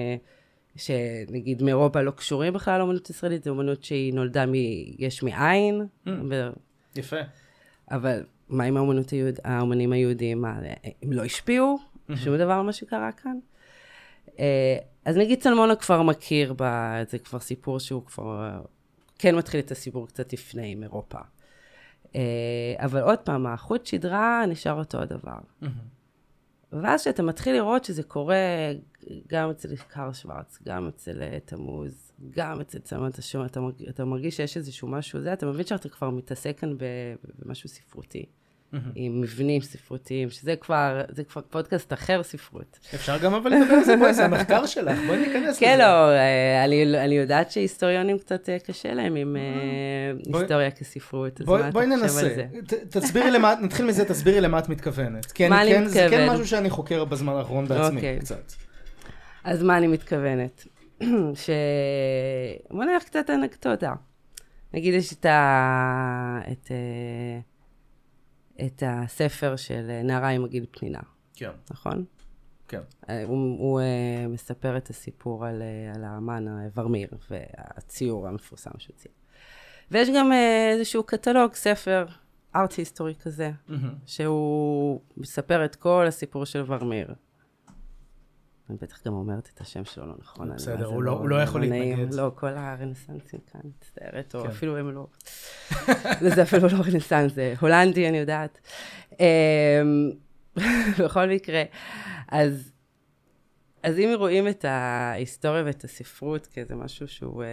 שנגיד מאירופה לא קשורים בכלל לאומנות הישראלית, זו אומנות שהיא נולדה מיש מאין. Mm-hmm. ו... יפה. אבל... מה עם האומנות היהוד... האומנים היהודים? מה, הם לא השפיעו? Mm-hmm. שום דבר מה שקרה כאן? אז נגיד צלמונה כבר מכיר, ב... זה כבר סיפור שהוא כבר כן מתחיל את הסיפור קצת לפני עם אירופה. אבל עוד פעם, החוט שדרה נשאר אותו הדבר. ואז שאתה מתחיל לראות שזה קורה גם אצל קארל שוורץ, גם אצל תמוז, גם אצל צמרת השום, אתה, מרג, אתה מרגיש שיש איזשהו משהו זה, אתה מבין שאתה כבר מתעסק כאן במשהו ספרותי, mm-hmm. עם מבנים ספרותיים, שזה כבר, זה כבר פודקאסט אחר ספרות. אפשר גם אבל לדבר על זה, בואי, זה המחקר שלך, בואי ניכנס לזה. כן, לא, אני, אני יודעת שהיסטוריונים קצת קשה להם עם mm-hmm. היסטוריה בואי, כספרות, אז בואי, מה בואי אתה ננסה. חושב על זה? ת, תסבירי למה, נתחיל מזה, תסבירי למה את מתכוונת. כי מה אני אני כן, מתכוונת? זה כן משהו שאני חוקר בזמן האחרון בעצמי, okay. קצת. אז מה אני מתכוונת? ש... בוא נלך קצת אנקדוטה. נגיד יש את, ה... את... את הספר של נערה עם מגיל פנינה. כן. נכון? כן. הוא, הוא מספר את הסיפור על, על האמן ורמיר והציור המפורסם שהוא צייר. ויש גם איזשהו קטלוג, ספר, ארט היסטורי כזה, mm-hmm. שהוא מספר את כל הסיפור של ורמיר. אני בטח גם אומרת את השם שלו, לא נכון. בסדר, הוא לא, הוא לא יכול להתנגד. לא, כל הרנסנסים כאן מצטערת, או אפילו הם לא. זה אפילו לא רנסנס, זה הולנדי, אני יודעת. בכל מקרה, אז אז אם רואים את ההיסטוריה ואת הספרות כאיזה משהו שהוא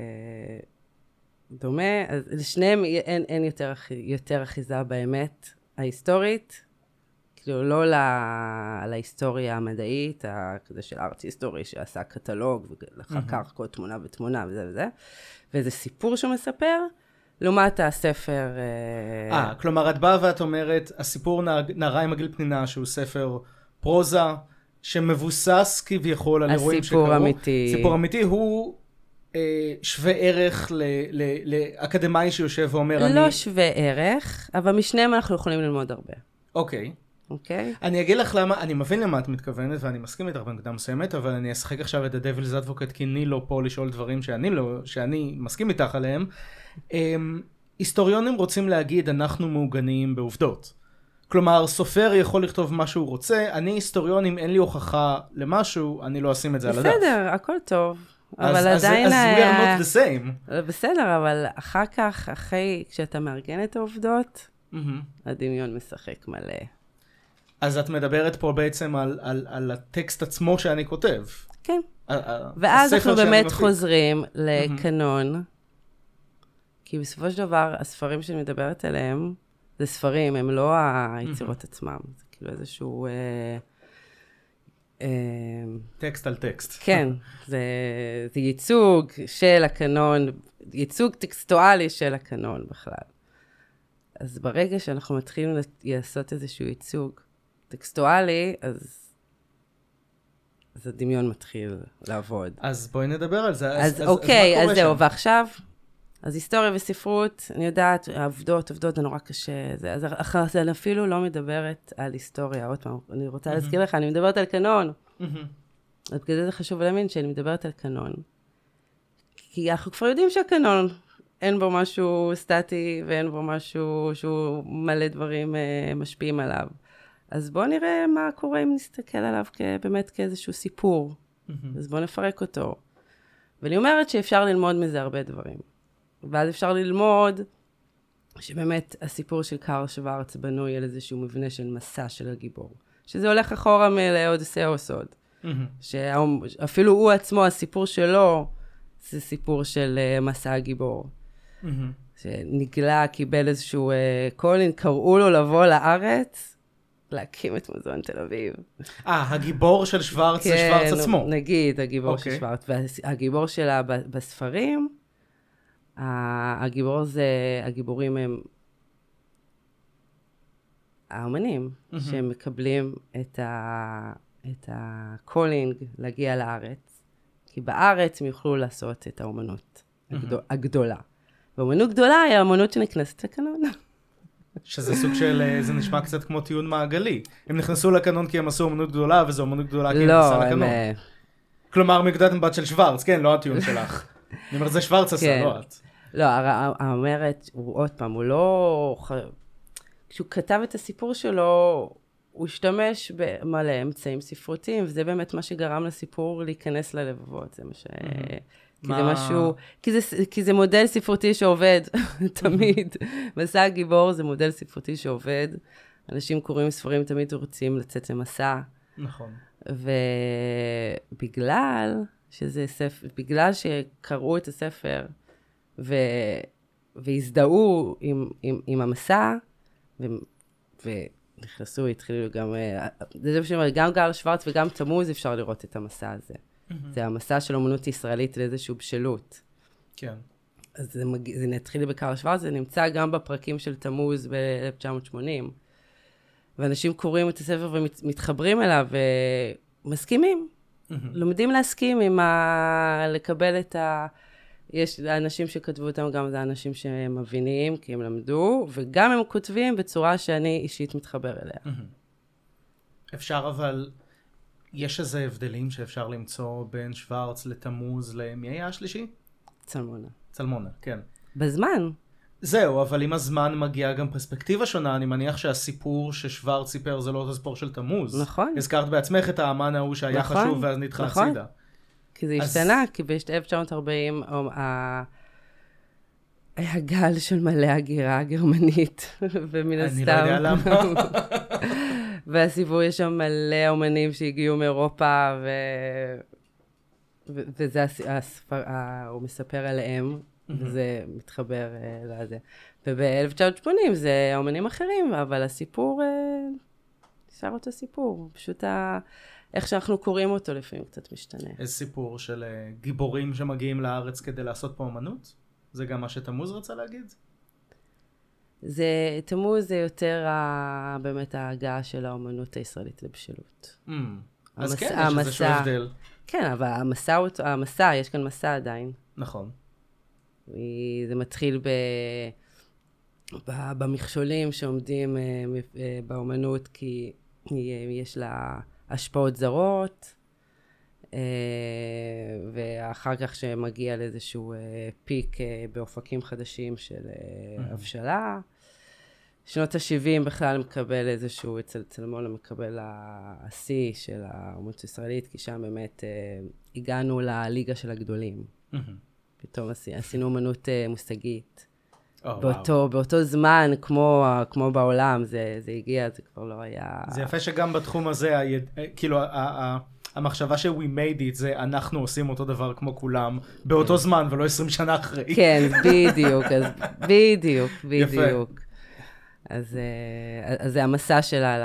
דומה, אז לשניהם אין, אין יותר, יותר אחיזה באמת ההיסטורית, כאילו לא לה, להיסטוריה המדעית, כזה של ארט היסטורי שעשה קטלוג, ולאחר כך כל תמונה ותמונה וזה וזה, וזה סיפור שהוא מספר, לעומת הספר... אה, כלומר, את באה ואת אומרת, הסיפור נערה עם מגיל פנינה, שהוא ספר פרוזה, שמבוסס כביכול על אירועים שקרו. הסיפור אמיתי. סיפור אמיתי הוא אה, שווה ערך ל, ל, לאקדמאי שיושב ואומר... לא אני... שווה ערך, אבל משניהם אנחנו יכולים ללמוד הרבה. אוקיי. אוקיי? אני אגיד לך למה, אני מבין למה את מתכוונת, ואני מסכים איתך בנקודה מסוימת, אבל אני אשחק עכשיו את ה-Devil's Advocate, כי אני לא פה לשאול דברים שאני, לא, שאני מסכים איתך עליהם. היסטוריונים רוצים להגיד, אנחנו מעוגנים בעובדות. כלומר, סופר יכול לכתוב מה שהוא רוצה, אני היסטוריון, אם אין לי הוכחה למשהו, אני לא אשים את זה על הדף. בסדר, הכל טוב. אז, אבל אז, עדיין... אז we are not the same. בסדר, אבל אחר כך, אחרי, כשאתה מארגן את העובדות, mm-hmm. הדמיון משחק מלא. אז את מדברת פה בעצם על, על, על הטקסט עצמו שאני כותב. כן. ואז אנחנו באמת חוזרים לקנון, mm-hmm. כי בסופו של דבר, הספרים שאני מדברת עליהם, זה ספרים, הם לא היצירות mm-hmm. עצמם. זה כאילו איזשהו... אה, אה, טקסט על טקסט. כן, זה, זה ייצוג של הקנון, ייצוג טקסטואלי של הקנון בכלל. אז ברגע שאנחנו מתחילים לעשות איזשהו ייצוג טקסטואלי, אז, אז הדמיון מתחיל לעבוד. אז בואי נדבר על זה. אז, אז, אז אוקיי, אז, אז זהו, ועכשיו, אז היסטוריה וספרות, אני יודעת, העובדות, עובדות, זה נורא קשה. זה, אז אחרי, אני אפילו לא מדברת על היסטוריה, עוד פעם, אני רוצה mm-hmm. להזכיר לך, אני מדברת על קנון. Mm-hmm. אז כדי זה חשוב להאמין שאני מדברת על קנון. כי אנחנו כבר יודעים שהקנון, אין בו משהו סטטי, ואין בו משהו שהוא מלא דברים uh, משפיעים עליו. אז בואו נראה מה קורה אם נסתכל עליו באמת כאיזשהו סיפור. Mm-hmm. אז בואו נפרק אותו. ואני אומרת שאפשר ללמוד מזה הרבה דברים. ואז אפשר ללמוד שבאמת הסיפור של קארל שוורץ בנוי על איזשהו מבנה של מסע של הגיבור. שזה הולך אחורה מלאודיסאה סוד. Mm-hmm. שאפילו הוא עצמו, הסיפור שלו, זה סיפור של uh, מסע הגיבור. Mm-hmm. שנגלה, קיבל איזשהו uh, קולין, קראו לו לבוא לארץ, להקים את מוזיאון תל אביב. אה, הגיבור של שוורץ כן, זה שוורץ עצמו. נגיד, הגיבור okay. של אוקיי. שוורץ. והגיבור שלה בספרים, הגיבור זה, הגיבורים הם האמנים, mm-hmm. שהם מקבלים את, ה, את הקולינג להגיע לארץ, כי בארץ הם יוכלו לעשות את האומנות mm-hmm. הגדול, הגדולה. ואומנות גדולה היא האומנות שנכנסת לקנון. שזה סוג של, זה נשמע קצת כמו טיעון מעגלי. הם נכנסו לקנון כי הם עשו אומנות גדולה, וזו אומנות גדולה כי הם לא, נכנסה לקנון. הם... כלומר, מגודת מבט של שוורץ, כן, לא הטיעון שלך. אני אומר, זה שוורץ עשה, כן. לא את. לא, האומרת, הוא עוד פעם, הוא לא... כשהוא כתב את הסיפור שלו, הוא השתמש במלא אמצעים ספרותיים, וזה באמת מה שגרם לסיפור להיכנס ללבבות, זה מה ש... כי זה משהו, כי זה, כי זה מודל ספרותי שעובד, תמיד. מסע הגיבור זה מודל ספרותי שעובד. אנשים קוראים ספרים, תמיד רוצים לצאת למסע. נכון. ובגלל שזה ספר, בגלל שקראו את הספר, ו... והזדהו עם, עם, עם המסע, ו... ונכנסו, התחילו גם, זה שאומר, גם גל שוורץ וגם תמוז אפשר לראות את המסע הזה. זה המסע של אומנות ישראלית לאיזושהי בשלות. כן. אז זה, מג... זה נתחיל בקרל שוורץ, זה נמצא גם בפרקים של תמוז ב-אלף תשע מאות שמונים. ואנשים קוראים את הספר ומתחברים אליו ומסכימים. לומדים להסכים עם ה... לקבל את ה... יש אנשים שכתבו אותם, גם זה אנשים שהם מבינים, כי הם למדו, וגם הם כותבים בצורה שאני אישית מתחבר אליה. אפשר אבל... יש איזה הבדלים שאפשר למצוא בין שוורץ לתמוז למי היה השלישי? צלמונה. צלמונה, כן. בזמן. זהו, אבל עם הזמן מגיעה גם פרספקטיבה שונה, אני מניח שהסיפור ששוורץ סיפר זה לא אותו סיפור של תמוז. נכון. הזכרת בעצמך את האמן ההוא שהיה נכון, חשוב ואז נדחה נכון. הצידה. כי זה אז... השתנה, כי ב-אלף תשע מאות ארבעים ה... היה גל של מלא הגירה גרמנית, ומן הסתם... אני לא יודע למה. והסיפור יש שם מלא אומנים שהגיעו מאירופה, ו... ו... וזה הספר, הוא מספר עליהם, וזה מתחבר לזה. וב-אלף תשע מאות שמונים זה אומנים אחרים, אבל הסיפור, נשאר אותו סיפור, פשוט ה... איך שאנחנו קוראים אותו לפעמים קצת משתנה. איזה סיפור של גיבורים שמגיעים לארץ כדי לעשות פה אומנות? זה גם מה שתמוז רצה להגיד? זה, תמוז זה יותר ה, באמת ההגעה של האומנות הישראלית לבשלות. Mm. אז המס, כן, יש המסע, איזשהו הבדל. כן, אבל המסע, המסע, יש כאן מסע עדיין. נכון. זה מתחיל ב, ב, במכשולים שעומדים באומנות, כי יש לה השפעות זרות, ואחר כך שמגיע לאיזשהו פיק באופקים חדשים של הבשלה. שנות ה-שבעים בכלל מקבל איזשהו, אצל צלמונה מקבל השיא של האומנות הישראלית, כי שם באמת הגענו לליגה של הגדולים. פתאום עשינו אומנות מושגית. באותו, באותו זמן, כמו, כמו בעולם, זה, זה הגיע, זה כבר לא היה... זה יפה שגם בתחום הזה, כאילו, המחשבה ש- we made it זה אנחנו עושים אותו דבר כמו כולם, באותו זמן ולא עשרים שנה אחרי. כן, בדיוק, אז בדיוק, בדיוק. אז, אז זה המסע שלה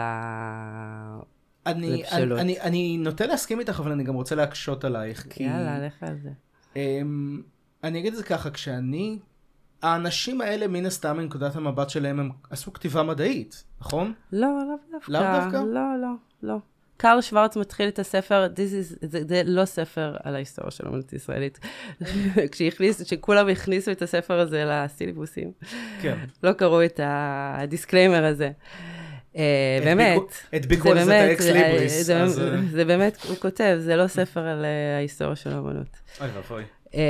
לבשלות. אני, אני, אני נוטה להסכים איתך, אבל אני גם רוצה להקשות עלייך. יאללה, לך על זה. אני אגיד את זה ככה, כשאני... האנשים האלה, מן הסתם, מנקודת המבט שלהם, הם עשו כתיבה מדעית, נכון? לא, לא דווקא. לא דווקא? לא, לא, לא. קרל שוורץ מתחיל את הספר, this is, זה, זה לא ספר על ההיסטוריה של האומנות הישראלית. כשהכניס, כשכולם הכניסו את הספר הזה לסילבוסים, כן. לא קראו את הדיסקליימר הזה. באמת. את ביקול זה את האקס ליבריס. זה באמת, הוא כותב, זה לא ספר על ההיסטוריה של האומנות. אוי ואבוי.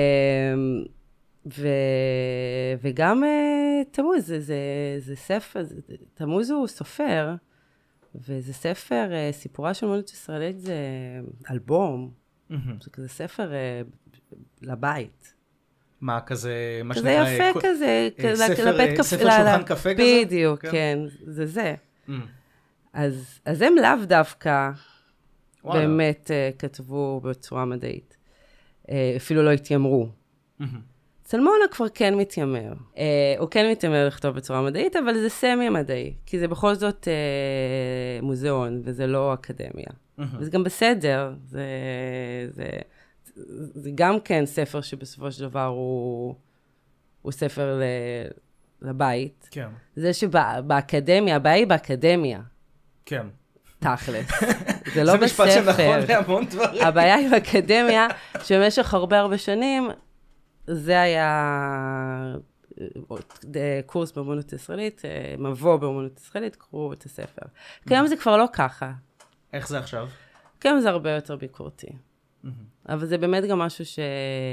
ו... וגם uh, תמוז, זה, זה, זה ספר, זה, תמוז הוא סופר, וזה ספר, uh, סיפורה של אומנות ישראלית זה אלבום, mm-hmm. זה כזה ספר uh, לבית. מה, כזה, מה כזה שנקרא... כזה יפה ק... כזה, ספר, לבית קפה. ספר שולחן קפה כזה? בדיוק, כן, כן זה זה. Mm. אז, אז הם לאו דווקא וואלה. באמת uh, כתבו בצורה מדעית. Uh, אפילו לא התיימרו. Mm-hmm. צלמונה כבר כן מתיימר. אה, הוא כן מתיימר לכתוב בצורה מדעית, אבל זה סמי מדעי, כי זה בכל זאת אה, מוזיאון, וזה לא אקדמיה. Mm-hmm. וזה גם בסדר, זה, זה, זה גם כן ספר שבסופו של דבר הוא, הוא ספר ל, לבית. כן. זה שבאקדמיה, הבעיה היא באקדמיה. כן. תכלס. זה לא בספר. זה משפט שנכון להמון דברים. הבעיה היא באקדמיה, שבמשך הרבה הרבה שנים, זה היה קורס באמנות ישראלית, מבוא באמנות ישראלית, קראו את הספר. כיום זה כבר לא ככה. איך זה עכשיו? כיום זה הרבה יותר ביקורתי. אבל זה באמת גם משהו ש...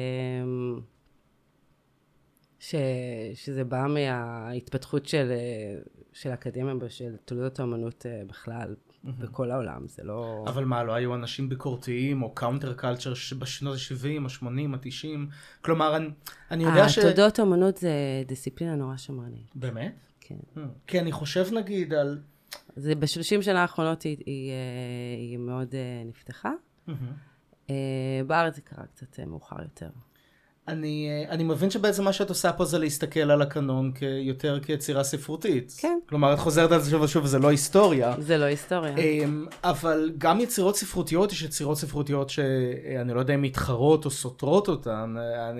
ש... שזה בא מההתפתחות של, של האקדמיה, של תולדות האמנות בכלל, בכל העולם, זה לא... אבל מה, לא היו אנשים ביקורתיים או קאונטר קלצ'ר בשנות ה-שבעים, ה-שמונים, ה-תשעים? כלומר, אני, אני יודע ש... התודות אומנות זה דיסציפלינה נורא שמרנית. באמת? כן. כי אני חושב נגיד על... זה ב-שלושים שנה האחרונות היא, היא, היא מאוד נפתחה. בארץ זה קרה קצת מאוחר יותר. אני, אני מבין שבעצם מה שאת עושה פה זה להסתכל על הקנון יותר כיצירה ספרותית. כן. כלומר, את חוזרת על זה שוב ושוב, זה לא היסטוריה. זה לא היסטוריה. אבל גם יצירות ספרותיות, יש יצירות ספרותיות שאני לא יודע אם מתחרות או סותרות אותן.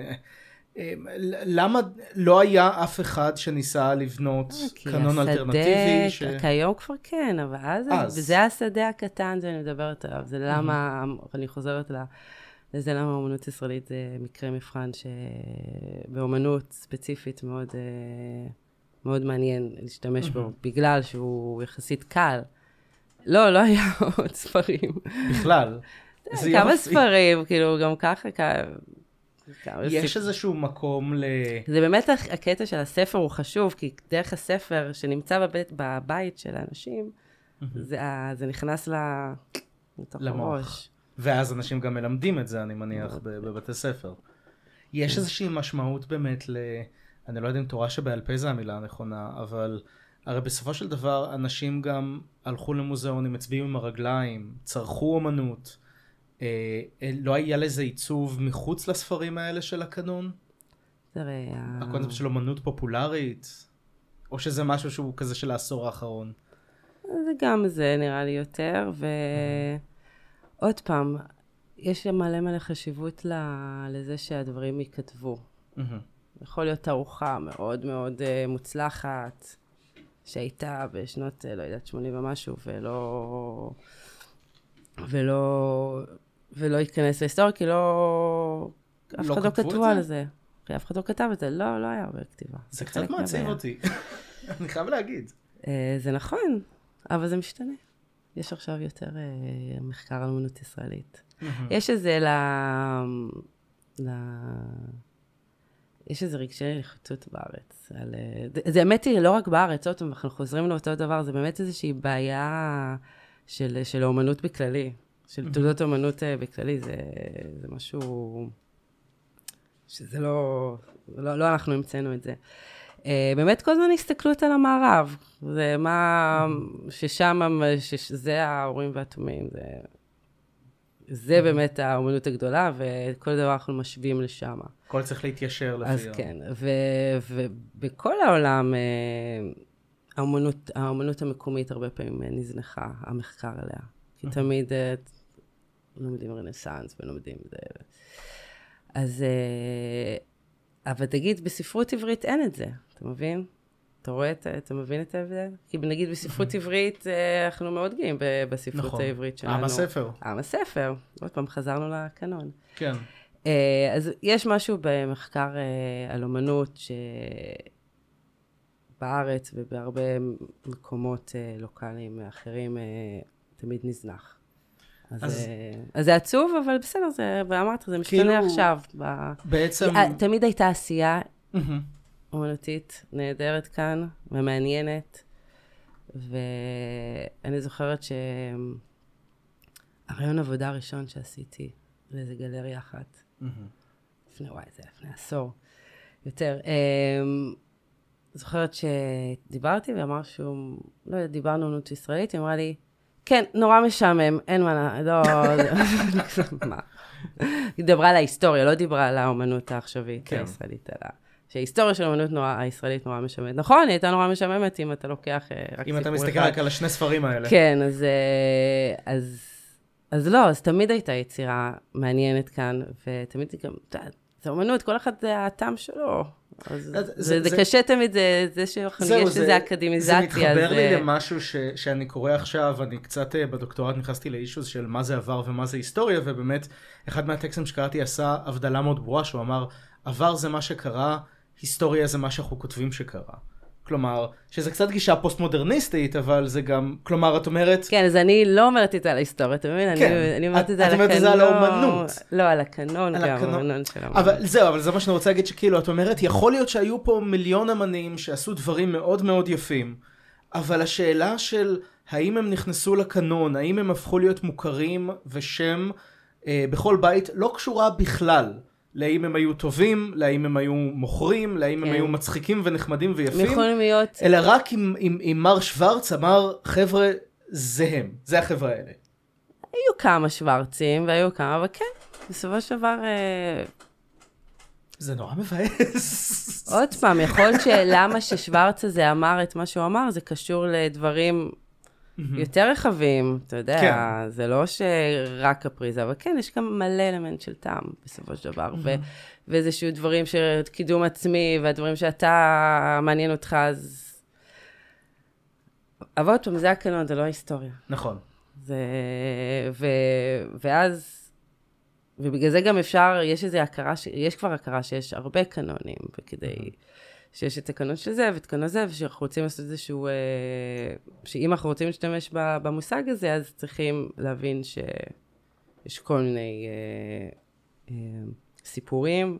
למה לא היה אף אחד שניסה לבנות קנון אלטרנטיבי? ש... כיום כבר כן, אבל אז, אז. וזה השדה הקטן שאני מדברת עליו. זה למה, אני חוזרת לה... לזה למה האומנות ישראלית זה מקרה מבחן שבאומנות ספציפית מאוד, מאוד מעניין להשתמש בו, בגלל שהוא יחסית קל. לא, לא היה עוד ספרים. בכלל. כמה ספרים, כאילו, גם ככה, יש איזשהו מקום ל... זה באמת הקטע של הספר הוא חשוב, כי דרך הספר שנמצא בבית, בבית של האנשים, זה נכנס לתוך הראש. ואז אנשים גם מלמדים את זה, אני מניח, בבתי ספר. יש איזושהי משמעות באמת ל... אני לא יודע אם תורה שבעל פה זה המילה הנכונה, אבל הרי בסופו של דבר אנשים גם הלכו למוזיאונים, הצביעו עם הרגליים, צרכו אומנות. אה, לא היה לזה עיצוב מחוץ לספרים האלה של הקנון? תראה... הקונספט של אומנות פופולרית? או שזה משהו שהוא כזה של העשור האחרון? זה גם זה נראה לי יותר, ו... עוד פעם, יש מלא מלא חשיבות לזה שהדברים ייכתבו. יכול להיות תערוכה מאוד מאוד מוצלחת, שהייתה בשנות, לא יודעת, שמונים ומשהו, ולא, ולא, ולא ייכנס להיסטוריה, כי לא, אף אחד לא כתבו על זה. כי אף אחד לא כתב את זה, לא, לא היה הרבה כתיבה. זה קצת מעציב אותי. אני חייב להגיד. זה נכון, אבל זה משתנה. יש עכשיו יותר uh, מחקר על אומנות ישראלית. Mm-hmm. יש איזה ל... ל... יש איזה רגשי נחיתות בארץ. על... זה באמת היא לא רק בארץ, עוד פעם, אנחנו חוזרים לאותו דבר, זה באמת איזושהי בעיה של, של האומנות בכללי, של mm-hmm. תעודות אומנות uh, בכללי, זה, זה משהו שזה לא, לא, לא אנחנו המצאנו את זה. Uh, באמת כל הזמן הסתכלות על המערב, זה מה, ששם, שזה ההורים והתומים, זה, זה באמת האומנות הגדולה, וכל דבר אנחנו משווים לשם. הכל צריך להתיישר לפי. אז כן, ובכל העולם, האומנות, האומנות המקומית הרבה פעמים נזנחה, המחקר עליה, כי תמיד לומדים רנסנס ולומדים זה. אז... אבל תגיד, בספרות עברית אין את זה, אתה מבין? אתה רואה, אתה מבין את ההבדל? כי נגיד בספרות עברית, אנחנו מאוד גאים בספרות העברית שלנו. עם הספר. עם הספר. עוד פעם, חזרנו לקנון. כן. אז יש משהו במחקר על אומנות שבארץ ובהרבה מקומות לוקליים אחרים תמיד נזנח. אז, אז... אז זה עצוב, אבל בסדר, זה, ואמרת, זה משתנה כאילו, עכשיו. בעצם... תמיד הייתה עשייה אומנותית נהדרת כאן, ומעניינת, ואני זוכרת שהרעיון עבודה הראשון שעשיתי, לאיזה גלריה אחת, לפני, וואי, זה לפני עשור, יותר, זוכרת שדיברתי, ואמר שהוא, לא יודע, דיברנו אומנות ישראלית, היא אמרה לי, כן, נורא משעמם, אין מה, לא, מה? היא דיברה על ההיסטוריה, לא דיברה על האומנות העכשווית הישראלית, אלא שההיסטוריה של האומנות הישראלית נורא משעממת. נכון, היא הייתה נורא משעממת אם אתה לוקח רק סיפור אחד. אם אתה מסתכל רק על השני ספרים האלה. כן, אז לא, אז תמיד הייתה יצירה מעניינת כאן, ותמיד גם, זה אומנות, כל אחד זה הטעם שלו. זה קשה תמיד, זה שיש איזו אקדמיזציה. זה מתחבר לי למשהו שאני קורא עכשיו, אני קצת בדוקטורט נכנסתי לאישוז של מה זה עבר ומה זה היסטוריה, ובאמת אחד מהטקסטים שקראתי עשה הבדלה מאוד ברורה, שהוא אמר, עבר זה מה שקרה, היסטוריה זה מה שאנחנו כותבים שקרה. כלומר, שזה קצת גישה פוסט-מודרניסטית, אבל זה גם, כלומר, את אומרת... כן, אז אני לא אומרת את זה על ההיסטוריה, אתה מבין? כן, אני אומרת את זה על הקנון. את אומרת את זה על האומנות. לא, על הקנון גם, האומנות של האומנות. אבל זהו, אבל זה מה שאני רוצה להגיד שכאילו, את אומרת, יכול להיות שהיו פה מיליון אמנים שעשו דברים מאוד מאוד יפים, אבל השאלה של האם הם נכנסו לקנון, האם הם הפכו להיות מוכרים ושם אה, בכל בית לא קשורה בכלל. להאם הם היו טובים, להאם הם היו מוכרים, להאם הם היו מצחיקים ונחמדים ויפים, אלא רק אם מר שוורץ אמר, חבר'ה, זה הם, זה החבר'ה האלה. היו כמה שוורצים, והיו כמה, אבל כן, בסופו של דבר... זה נורא מבאס. עוד פעם, יכול להיות שלמה ששוורץ הזה אמר את מה שהוא אמר, זה קשור לדברים יותר רחבים, אתה יודע, זה לא שרק קפריזה, אבל כן, יש גם מלא אלמנט של טעם, בסופו של דבר, ואיזשהו דברים של קידום עצמי, והדברים שאתה מעניין אותך, אז... אבל עוד פעם, זה הקנון, זה לא ההיסטוריה. נכון. ואז... ובגלל זה גם אפשר, יש איזו הכרה, יש כבר הכרה שיש הרבה קנונים, וכדי שיש את הקנון של זה ואת הקנון הזה, ושאנחנו רוצים לעשות איזשהו, שאם אנחנו רוצים להשתמש במושג הזה, אז צריכים להבין שיש כל מיני סיפורים,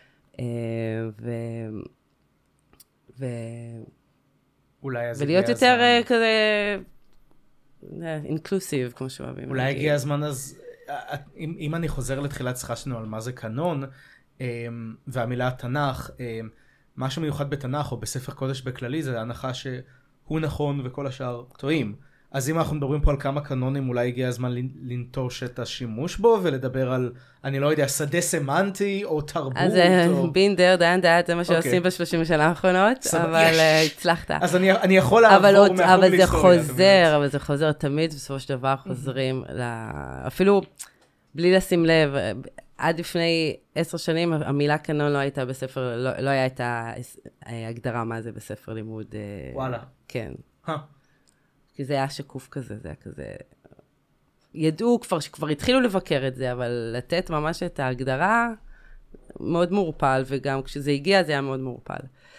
ו... ולהיות יותר כזה, אינקלוסיב, כמו שאוהבים. אולי הגיע הזמן אז... אם, אם אני חוזר לתחילת שיחה שלנו על מה זה קנון, והמילה תנ"ך, מה שמיוחד בתנ"ך או בספר קודש בכללי, זה ההנחה שהוא נכון וכל השאר טועים. אז אם אנחנו מדברים פה על כמה קנונים, אולי הגיע הזמן לנטוש את השימוש בו, ולדבר על, אני לא יודע, שדה סמנטי או תרבות. אז בין דר דן דעת, זה מה שעושים בשלושים שנה האחרונות, אבל הצלחת. אז אני יכול לעבור מהחוג להיסטוריה. אבל זה חוזר, אבל זה חוזר תמיד, בסופו של דבר חוזרים, אפילו בלי לשים לב, עד לפני עשר שנים, המילה קנון לא הייתה בספר, לא היה את ההגדרה מה זה בספר לימוד. וואלה. כן. כי זה היה שקוף כזה, זה היה כזה... ידעו כבר, שכבר התחילו לבקר את זה, אבל לתת ממש את ההגדרה, מאוד מורפל, וגם כשזה הגיע, זה היה מאוד מורפל.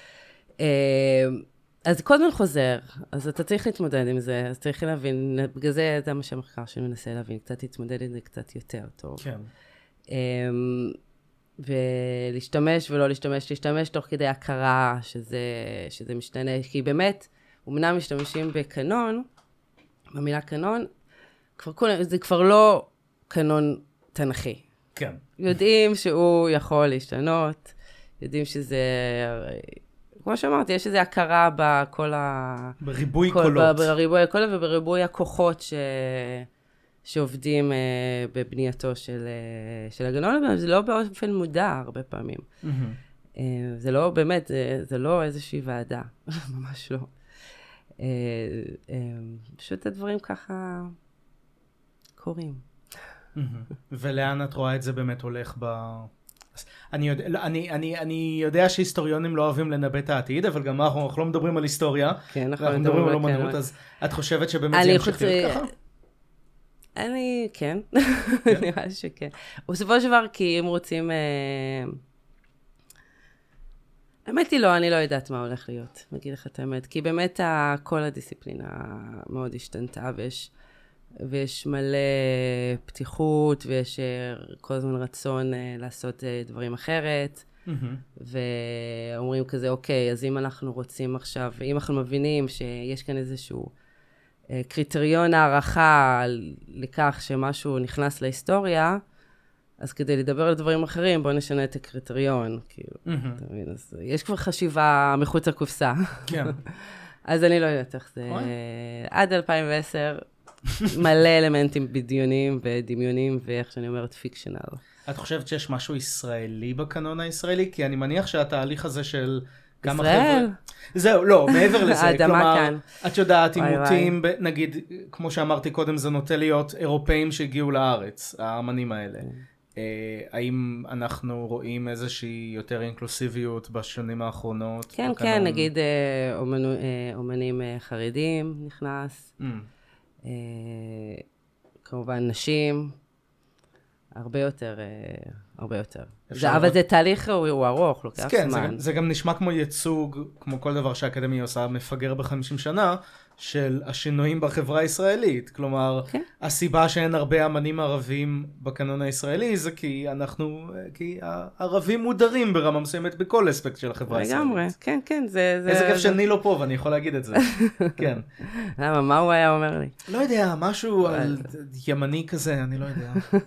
אז כל הזמן חוזר, אז אתה צריך להתמודד עם זה, אז צריך להבין, בגלל זה, זה מה שהמחקר שאני מנסה להבין, קצת להתמודד עם זה קצת יותר טוב. כן. ולהשתמש ולא להשתמש, להשתמש תוך כדי הכרה שזה, שזה משתנה, כי באמת, אמנם משתמשים בקנון, במילה קנון, כבר, זה כבר לא קנון תנכי. כן. יודעים שהוא יכול להשתנות, יודעים שזה, כמו שאמרתי, יש איזו הכרה בכל ה... בריבוי כל, קולות. בריבוי הקולות ובריבוי הכוחות ש... שעובדים uh, בבנייתו של, uh, של הגנון, אבל זה לא באופן מודע הרבה פעמים. Mm-hmm. Uh, זה לא, באמת, זה, זה לא איזושהי ועדה, ממש לא. Uh, uh, פשוט הדברים ככה קורים. Mm-hmm. ולאן את רואה את זה באמת הולך ב... אני יודע, אני, אני, אני יודע שהיסטוריונים לא אוהבים לנבא את העתיד, אבל גם אנחנו, אנחנו לא מדברים על היסטוריה, כן, אנחנו מדברים על אומנות, אז את חושבת שבאמת זה ימשיך להיות ככה? אני, כן, נראה שכן. בסופו של דבר, כי אם רוצים... האמת היא לא, אני לא יודעת מה הולך להיות, מגיד לך את האמת, כי באמת כל הדיסציפלינה מאוד השתנתה, ויש, ויש מלא פתיחות, ויש כל הזמן רצון לעשות דברים אחרת, ואומרים כזה, אוקיי, אז אם אנחנו רוצים עכשיו, אם אנחנו מבינים שיש כאן איזשהו קריטריון הערכה לכך שמשהו נכנס להיסטוריה, אז כדי לדבר על דברים אחרים, בואו נשנה את הקריטריון, כאילו, אתה מבין, אז יש כבר חשיבה מחוץ לקופסה. כן. אז אני לא יודעת איך זה, עד אלפיים ועשר, מלא אלמנטים בדיוניים ודמיונים, ואיך שאני אומרת פיקשנל. את חושבת שיש משהו ישראלי בקנון הישראלי? כי אני מניח שהתהליך הזה של... ישראל? זהו, לא, מעבר לזה. האדמה כאן. את יודעת, עימותים, נגיד, כמו שאמרתי קודם, זה נוטה להיות אירופאים שהגיעו לארץ, האמנים האלה. האם אנחנו רואים איזושהי יותר אינקלוסיביות בשנים האחרונות? כן, כן, נגיד אומנים חרדים נכנס, כמובן נשים, הרבה יותר הרבה יותר. זה, אבל זה תהליך, הוא, הוא ארוך, לוקח כן, זמן. זה, גם, זה גם נשמע כמו ייצוג, כמו כל דבר שהאקדמיה עושה, מפגר ב-חמישים שנה, של השינויים בחברה הישראלית. כלומר, כן. הסיבה שאין הרבה אמנים ערבים בקנון הישראלי, זה כי אנחנו, כי הערבים מודרים ברמה מסוימת בכל אספקט של החברה הישראלית. לגמרי, כן, כן. זה, זה, איזה כיף זה... שאני לא פה, ואני יכול להגיד את זה. כן. למה, מה הוא היה אומר לי? לא יודע, משהו על ימני כזה, אני לא יודע.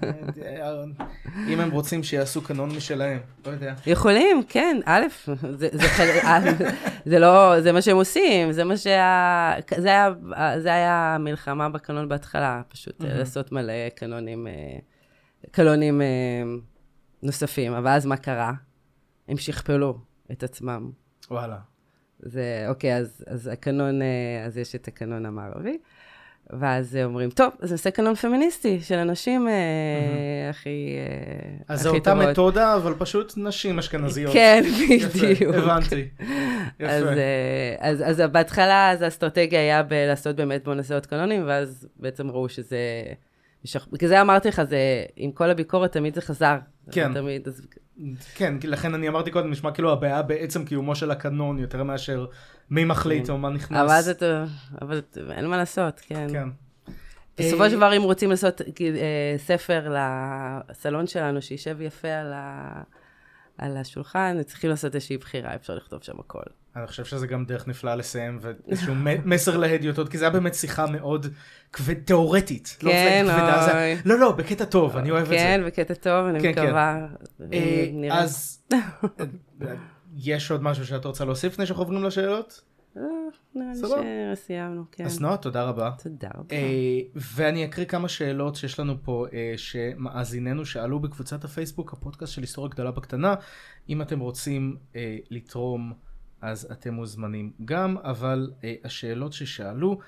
אם הם רוצים שיעשו קנון משלהם, לא יודע. יכולים, כן, א', זה, זה, זה לא, זה מה שהם עושים, זה מה שה... זה היה, זה היה מלחמה בקנון בהתחלה, פשוט mm-hmm. לעשות מלא קנונים, קנונים נוספים. אבל אז מה קרה? הם שכפלו את עצמם. וואלה. זה, אוקיי, אז, אז הקנון, אז יש את הקנון המערבי, ואז אומרים, טוב, אז נעשה קנון פמיניסטי של אנשים mm-hmm. הכי אז זו אותה מתודה, אבל פשוט נשים אשכנזיות. כן, בדיוק. הבנתי. יפה. אז, אז, אז בהתחלה, אז האסטרטגיה היה לעשות באמת בוא נעשה עוד קנונים, ואז בעצם ראו שזה... בגלל זה אמרתי לך, זה, עם כל הביקורת תמיד זה חזר. כן. תמיד, אז... כן, לכן אני אמרתי קודם, נשמע כאילו הבעיה בעצם קיומו של הקנון, יותר מאשר מי מחליט או מה נכנס. אבל, זה, אבל אין מה לעשות, כן. כן. בסופו של דבר, אם רוצים לעשות ספר לסלון שלנו, שישב יפה על, ה... על השולחן, צריכים לעשות איזושהי בחירה, אפשר לכתוב שם הכל. אני חושב שזה גם דרך נפלאה לסיים, ואיזשהו מסר להדיוטות, כי זה היה באמת שיחה מאוד תיאורטית. כן, אוי. לא, לא, בקטע טוב, אני אוהב את זה. כן, בקטע טוב, אני מקווה. אז יש עוד משהו שאת רוצה להוסיף לפני שאנחנו עוברים לשאלות? לא, נראה לי שסיימנו, כן. אז נועה, תודה רבה. תודה רבה. ואני אקריא כמה שאלות שיש לנו פה, שמאזיננו שאלו בקבוצת הפייסבוק, הפודקאסט של היסטוריה גדולה בקטנה. אם אתם רוצים לתרום, אז אתם מוזמנים גם, אבל השאלות ששאלו,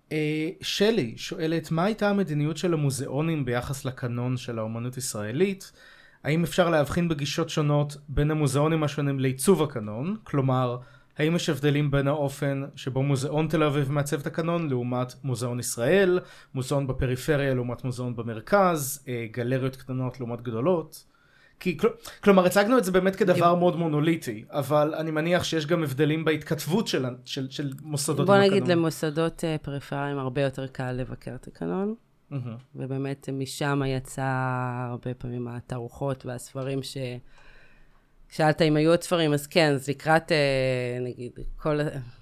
שלי שואלת, מה הייתה המדיניות של המוזיאונים ביחס לקנון של האומנות ישראלית? האם אפשר להבחין בגישות שונות בין המוזיאונים השונים לעיצוב הקנון? כלומר, האם יש הבדלים בין האופן שבו מוזיאון תל אביב מעצב את הקנון לעומת מוזיאון ישראל, מוזיאון בפריפריה לעומת מוזיאון במרכז, גלריות קטנות לעומת גדולות? כי, כל, כלומר, הצגנו את זה באמת כדבר מאוד מונוליטי, אבל אני מניח שיש גם הבדלים בהתכתבות של, של, של מוסדות בוא עם נגיד, הקנון. למוסדות פריפריים הרבה יותר קל לבקר את הקנון, mm-hmm. ובאמת משם יצא הרבה פעמים התערוכות והספרים ש... שאלת אם היו עוד ספרים, אז כן, אז לקראת, נגיד, כל...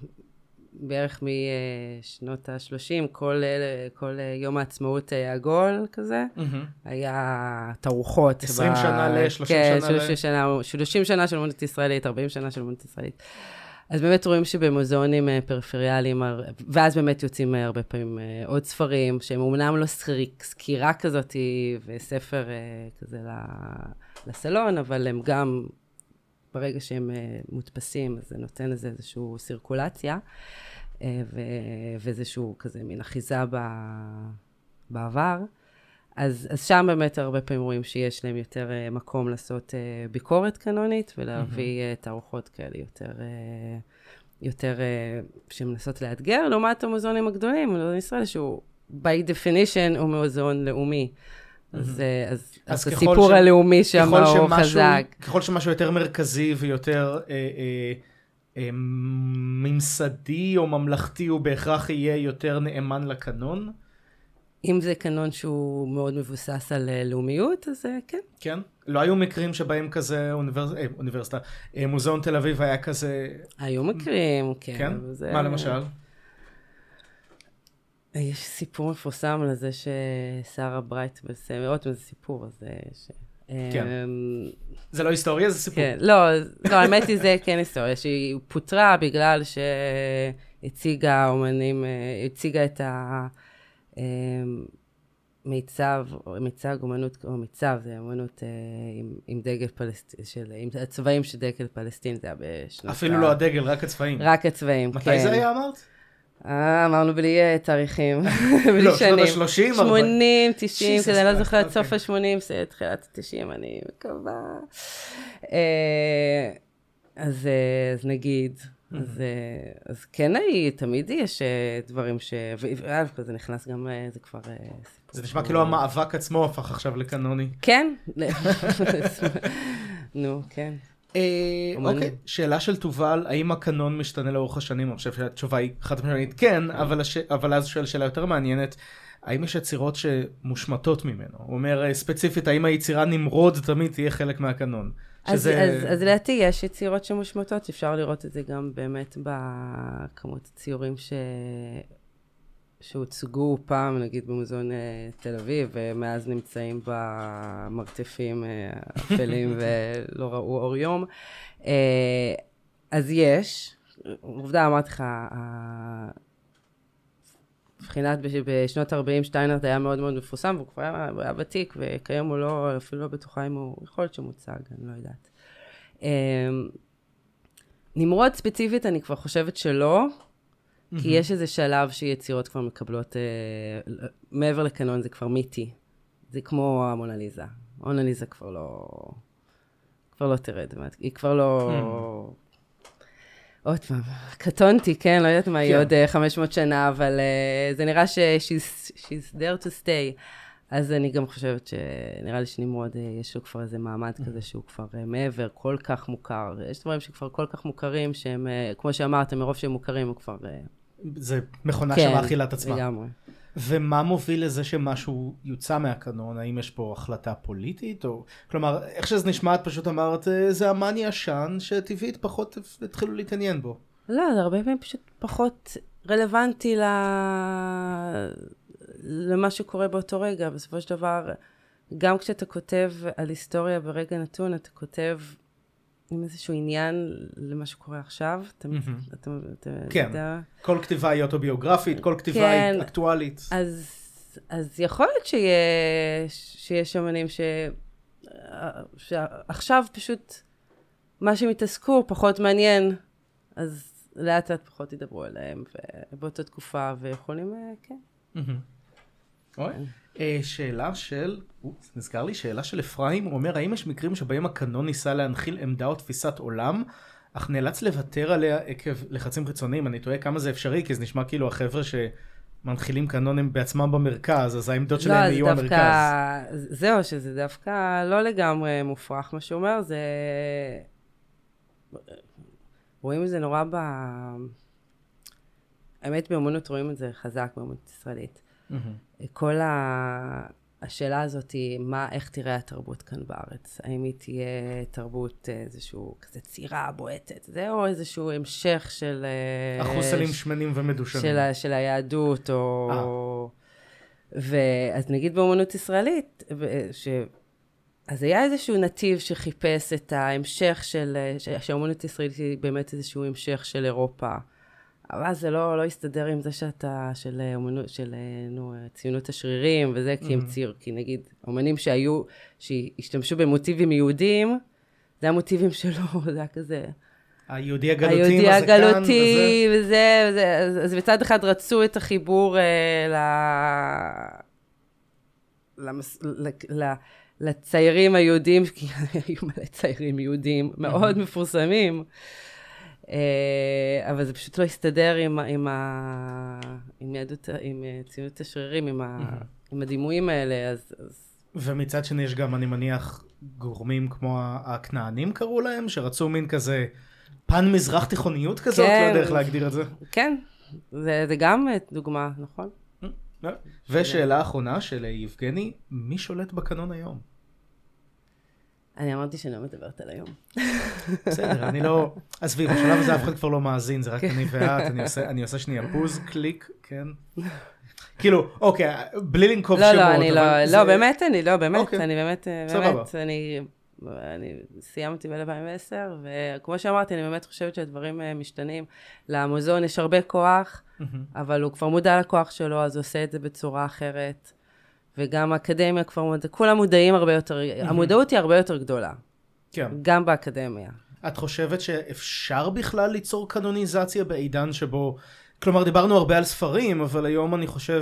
בערך משנות ה-שלושים, כל, כל יום העצמאות עגול כזה, mm-hmm. היה תערוכות. עשרים ב... שנה ל-שלושים כן, שנה ל... כן, שנה, שלושים שנה של אומנות ישראלית, ארבעים שנה של אומנות ישראלית. אז באמת רואים שבמוזיאונים פריפריאליים, ואז באמת יוצאים הרבה פעמים עוד ספרים, שהם אומנם לא סקירה כזאת, וספר כזה לסלון, אבל הם גם, ברגע שהם מודפסים, אז זה נותן לזה איזושהי סירקולציה, ואיזשהו כזה מין אחיזה בעבר. אז, אז שם באמת הרבה פעמים רואים שיש להם יותר מקום לעשות ביקורת קנונית, ולהביא mm-hmm. תערוכות כאלה יותר, יותר שמנסות לאתגר, לעומת המוזיאונים הגדולים, מוזיאון ישראל, שהוא by definition הוא מוזיאון לאומי. אז, אז, אז, אז הסיפור ש... הלאומי שם הוא שמשהו, חזק. ככל שמשהו יותר מרכזי ויותר אה, אה, אה, ממסדי או ממלכתי, הוא בהכרח יהיה יותר נאמן לקנון? אם זה קנון שהוא מאוד מבוסס על לאומיות, אז כן. כן? לא היו מקרים שבהם כזה אוניברס... אה, אוניברסיטה, אה, מוזיאון תל אביב היה כזה... היו מקרים, כן. כן? זה... מה למשל? יש סיפור מפורסם לזה ששרה ברייט בסמאות, זה סיפור, אז... ש... כן. זה לא היסטוריה, זה סיפור. כן, לא, לא, האמת היא זה כן היסטוריה, שהיא פוטרה בגלל שהציגה אומנים, הציגה את המיצב, מיצג אומנות, או מיצב, זה אומנות עם, עם דגל פלסטין, של, עם הצבעים של דגל פלסטין, זה היה בשנות... אפילו ה... לא הדגל, רק הצבעים. רק הצבעים, מתי כן. מתי זה היה, אמרת? אה, אמרנו בלי תאריכים, בלי לא, שנים. שנות ה-שלושים, שמונים, תשעים, כזה, לא זוכרת, okay. סוף ה-שמונים, זה תחילת ה-תשעים, אני מקווה. אז, אז נגיד, אז, אז כן, תמיד יש דברים ש... וזה נכנס גם, זה כבר סיפור. זה נשמע כאילו המאבק עצמו הפך עכשיו לקנוני. כן. נו, כן. אוקיי, שאלה של תובל, האם הקנון משתנה לאורך השנים? אני חושב שהתשובה היא חד משמעית כן, אבל אז שואל שאלה יותר מעניינת, האם יש יצירות שמושמטות ממנו? הוא אומר ספציפית, האם היצירה נמרוד תמיד תהיה חלק מהקנון? אז לדעתי יש יצירות שמושמטות, אפשר לראות את זה גם באמת בכמות הציורים ש... שהוצגו פעם, נגיד במוזיאון תל אביב, ומאז נמצאים במרתפים אפלים ולא ראו אור יום. אז יש, עובדה אמרתי לך, מבחינת בשנות ה-ארבעים שטיינרט היה מאוד מאוד מפורסם, והוא כבר היה, היה ותיק, וכיום הוא לא, אפילו לא בטוחה אם הוא יכול להיות שמוצג, אני לא יודעת. נמרוד ספציפית, אני כבר חושבת שלא, כי יש איזה שלב שיצירות כבר מקבלות, מעבר לקנון זה כבר מיתי, זה כמו המונליזה. המונליזה כבר לא, כבר לא תרד, היא כבר לא... עוד פעם, קטונתי, כן, לא יודעת מה, היא עוד חמש מאות שנה, אבל זה נראה ש-she's there to stay. אז אני גם חושבת שנראה לי שנמרוד, יש לו כבר איזה מעמד כזה שהוא כבר מעבר, כל כך מוכר. יש דברים שכבר כל כך מוכרים, שהם, כמו שאמרת, מרוב שהם מוכרים, הוא כבר... זה מכונה שמאכילה את עצמה. כן, לגמרי. ומה מוביל לזה שמשהו יוצא מהקנון? האם יש פה החלטה פוליטית? או... כלומר, איך שזה נשמע, את פשוט אמרת, זה אמן ישן שטבעית פחות התחילו להתעניין בו. לא, זה הרבה פעמים פשוט פחות רלוונטי ל... למה שקורה באותו רגע. בסופו של דבר, גם כשאתה כותב על היסטוריה ברגע נתון, אתה כותב עם איזשהו עניין למה שקורה עכשיו. אתה, mm-hmm. אתה, אתה, כן, אתה... כל כתיבה היא אוטוביוגרפית, כל כתיבה כן, היא אקטואלית. אז, אז יכול להיות שיש, שיש אמנים ש... שעכשיו פשוט מה שהם התעסקו פחות מעניין, אז לאט לאט פחות ידברו עליהם, ובאותה תקופה, ויכולים, כן. אוי. שאלה של, נזכר לי, שאלה של אפרים, הוא אומר, האם יש מקרים שבהם הקנון ניסה להנחיל עמדה או תפיסת עולם, אך נאלץ לוותר עליה עקב לחצים חיצוניים? אני תוהה כמה זה אפשרי, כי זה נשמע כאילו החבר'ה שמנחילים קנון הם בעצמם במרכז, אז העמדות שלהם יהיו המרכז. זהו, שזה דווקא לא לגמרי מופרך, מה שאומר, זה... רואים את זה נורא ב... האמת, באמנות רואים את זה חזק, באמנות ישראלית. כל השאלה הזאת היא, מה, איך תראה התרבות כאן בארץ? האם היא תהיה תרבות איזשהו כזה צירה בועטת? זה או איזשהו המשך של... אחוסלים שמנים ומדושנים. של, של היהדות, או... ואז נגיד באמנות ישראלית, ש... אז היה איזשהו נתיב שחיפש את ההמשך של... שהאמנות ישראלית היא באמת איזשהו המשך של אירופה. אבל זה לא, לא יסתדר עם זה שאתה, של אומנות, של, נו, ציונות השרירים וזה, כי הם ציר, כי נגיד, אומנים שהיו, שהשתמשו במוטיבים יהודים, זה המוטיבים שלו, זה היה כזה... היהודי הגלותי, היהודי הגלותי, וזה, וזה, אז בצד אחד רצו את החיבור ל... לציירים היהודים, כי היו מלא ציירים יהודים מאוד מפורסמים, אבל זה פשוט לא הסתדר עם, עם, ה, עם, יהדות, עם ציונות השרירים, עם, ה, עם הדימויים האלה. אז, אז... ומצד שני יש גם, אני מניח, גורמים כמו הכנענים קראו להם, שרצו מין כזה פן מזרח תיכוניות כזאת, כן, לא יודע איך להגדיר את זה. כן, זה, זה גם דוגמה, נכון? ושאלה אחרונה של יבגני, מי שולט בקנון היום? אני אמרתי שאני לא מדברת על היום. בסדר, אני לא... עזבי, בשלב הזה אף אחד כבר לא מאזין, זה רק אני ואת, אני עושה שנייה פוז, קליק, כן. כאילו, אוקיי, בלי לנקוב שמות. לא, לא, אני לא, לא, באמת אני, לא, באמת, אני באמת, באמת, אני... אני סיימתי ב-אלפיים ועשר, וכמו שאמרתי, אני באמת חושבת שהדברים משתנים. למוזיאון יש הרבה כוח, אבל הוא כבר מודע לכוח שלו, אז הוא עושה את זה בצורה אחרת. וגם האקדמיה כבר מודע, כולם מודעים הרבה יותר, המודעות היא הרבה יותר גדולה. כן. גם באקדמיה. את חושבת שאפשר בכלל ליצור קנוניזציה בעידן שבו, כלומר, דיברנו הרבה על ספרים, אבל היום אני חושב,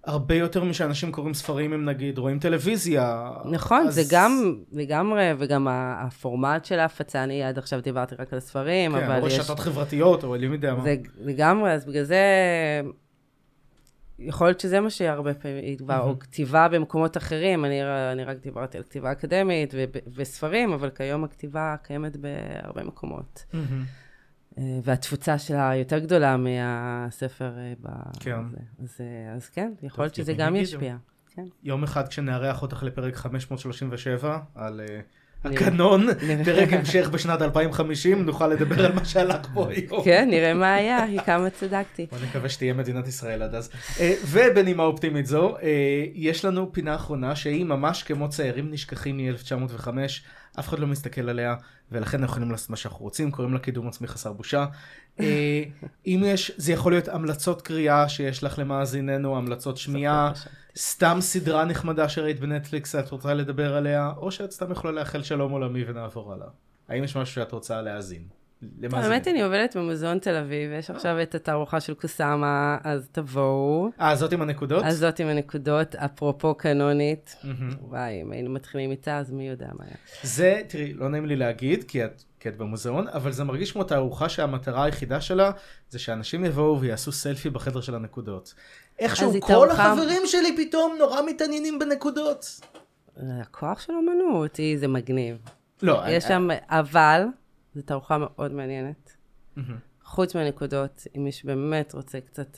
הרבה יותר משאנשים קוראים ספרים, הם נגיד רואים טלוויזיה. נכון, אז... זה גם, לגמרי, וגם הפורמט של ההפצה, אני עד עכשיו דיברתי רק על ספרים, כן, אבל או יש... רשתות חברתיות, או אלוהים יודע מה. זה לגמרי, אז בגלל זה, יכול להיות שזה מה שהרבה פעמים יתבע, או כתיבה במקומות אחרים, אני, אני רק דיברתי על כתיבה אקדמית ו- וספרים, אבל כיום הכתיבה קיימת בהרבה מקומות. והתפוצה שלה יותר גדולה מהספר בזה. אז, אז כן, יכול להיות שזה גם ישפיע. כן. יום אחד כשנארח אותך לפרק חמש מאות שלושים ושבע, על הקנון, פרק המשך בשנת אלפיים וחמישים, נוכל לדבר על מה שהלך פה היום. כן, נראה מה היה, כמה צדקתי. בוא נקווה שתהיה מדינת ישראל עד אז. ובנימה אופטימית זו, יש לנו פינה אחרונה שהיא ממש כמו צעירים נשכחים מ-אלף תשע מאות וחמש, אף אחד לא מסתכל עליה, ולכן אנחנו יכולים לעשות מה שאנחנו רוצים, קוראים לה קידום עצמי חסר בושה. אם יש, זה יכול להיות המלצות קריאה שיש לך למאזיננו, המלצות שמיעה, סתם סדרה נחמדה שראית בנטפליקס, את רוצה לדבר עליה, או שאת סתם יכולה לאחל שלום עולמי ונעבור עליו. האם יש משהו שאת רוצה להאזין? האמת, אני עובדת במוזיאון תל אביב, יש עכשיו את התערוכה של קוסאמה, אז תבואו. אה, זאת עם הנקודות? אז זאת עם הנקודות, אפרופו קנונית. וואי, אם היינו מתחילים איתה, אז מי יודע מה היה. זה, תראי, לא נעים לי להגיד, כי את, כי את במוזיאון, אבל זה מרגיש כמו תערוכה שהמטרה היחידה שלה, זה שאנשים יבואו ויעשו סלפי בחדר של הנקודות. איכשהו כל תערוכה... החברים שלי פתאום נורא מתעניינים בנקודות. הכוח של אומנות, זה מגניב. לא. יש שם, אבל... זו תערוכה מאוד מעניינת. חוץ מהנקודות, אם מישהו באמת רוצה קצת...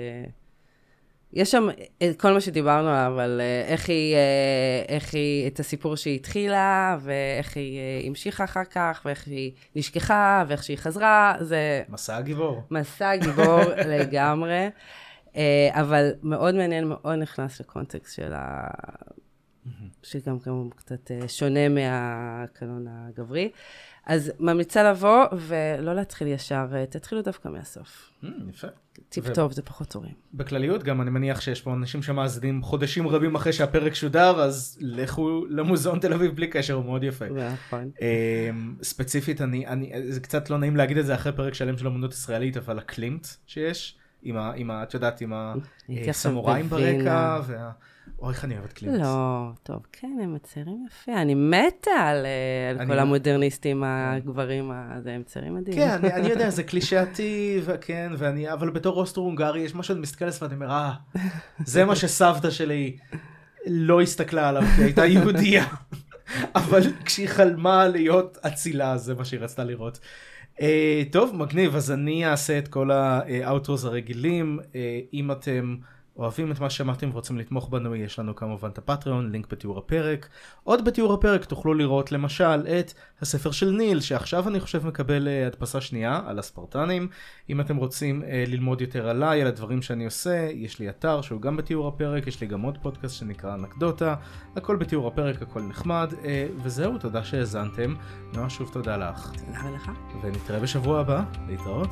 יש שם כל מה שדיברנו עליו, אבל איך היא, איך היא, את הסיפור שהיא התחילה, ואיך היא המשיכה אחר כך, ואיך היא נשכחה, ואיך שהיא חזרה, זה... מסע גיבור. מסע גיבור לגמרי, אבל מאוד מעניין, מאוד נכנס לקונטקסט של ה... שגם כמובן קצת שונה מהקנון הגברי. אז ממליצה לבוא ולא להתחיל ישר, תתחילו דווקא מהסוף. יפה. טיפ טוב, זה פחות תורים. בכלליות גם אני מניח שיש פה אנשים שמאזינים חודשים רבים אחרי שהפרק שודר, אז לכו למוזיאון תל אביב בלי קשר, הוא מאוד יפה. נכון. ספציפית, זה קצת לא נעים להגיד את זה אחרי פרק שלם של אמנות ישראלית, אבל הקלימט שיש, עם, את יודעת, עם הסמוראים ברקע, וה... אוי, איך אני אוהבת קלימט. לא, טוב, כן, הם מציירים יפה. אני מתה על, על כל המודרניסטים הגברים, זה הם מציירים מדהים. כן, אני, אני יודע, זה קלישאתי, וכן, ואני, אבל בתור אוסטרו-הונגרי, יש משהו מסתכלת, ואני אומר, אה, זה מה שסבתא שלי לא הסתכלה עליו, כי הייתה יהודיה. אבל כשהיא חלמה להיות אצילה, זה מה שהיא רצתה לראות. Uh, טוב, מגניב, אז אני אעשה את כל האוטרוס הרגילים. Uh, אם אתם אוהבים את מה שאמרתם ורוצים לתמוך בנו, יש לנו כמובן את הפטריון, לינק בתיאור הפרק. עוד בתיאור הפרק תוכלו לראות למשל את הספר של ניל, שעכשיו אני חושב מקבל uh, הדפסה שנייה על הספרטנים. אם אתם רוצים uh, ללמוד יותר עליי, על הדברים שאני עושה, יש לי אתר שהוא גם בתיאור הפרק, יש לי גם עוד פודקאסט שנקרא אנקדוטה, הכל בתיאור הפרק, הכל נחמד, uh, וזהו, תודה שהאזנתם. נועה, שוב תודה לך. תודה לך. ונתראה בשבוע הבא. להתראות.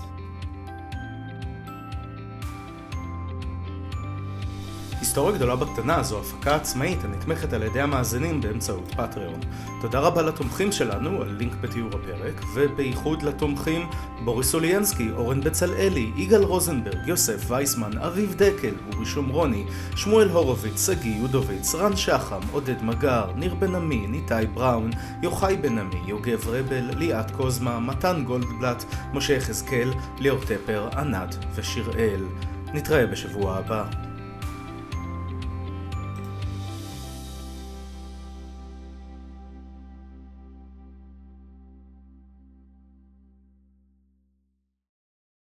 היסטוריה גדולה בקטנה זו הפקה עצמאית הנתמכת על ידי המאזינים באמצעות פטריון. תודה רבה לתומכים שלנו, על לינק בתיאור הפרק, ובייחוד לתומכים בוריס אוליינסקי, אורן בצלאלי, יגאל רוזנברג, יוסף וייסמן, אביב דקל, אורי שומרוני, שמואל הורוביץ, סגי יודוביץ, רן שחם, עודד מגר, ניר בן עמי, ניתאי בראון, יוחאי בן עמי, יוגב רבל, ליאת קוזמה, מתן גולדבלט, משה יחזקאל, ליאור טפר, ענת ושיראל. נתראה בשבוע הבא.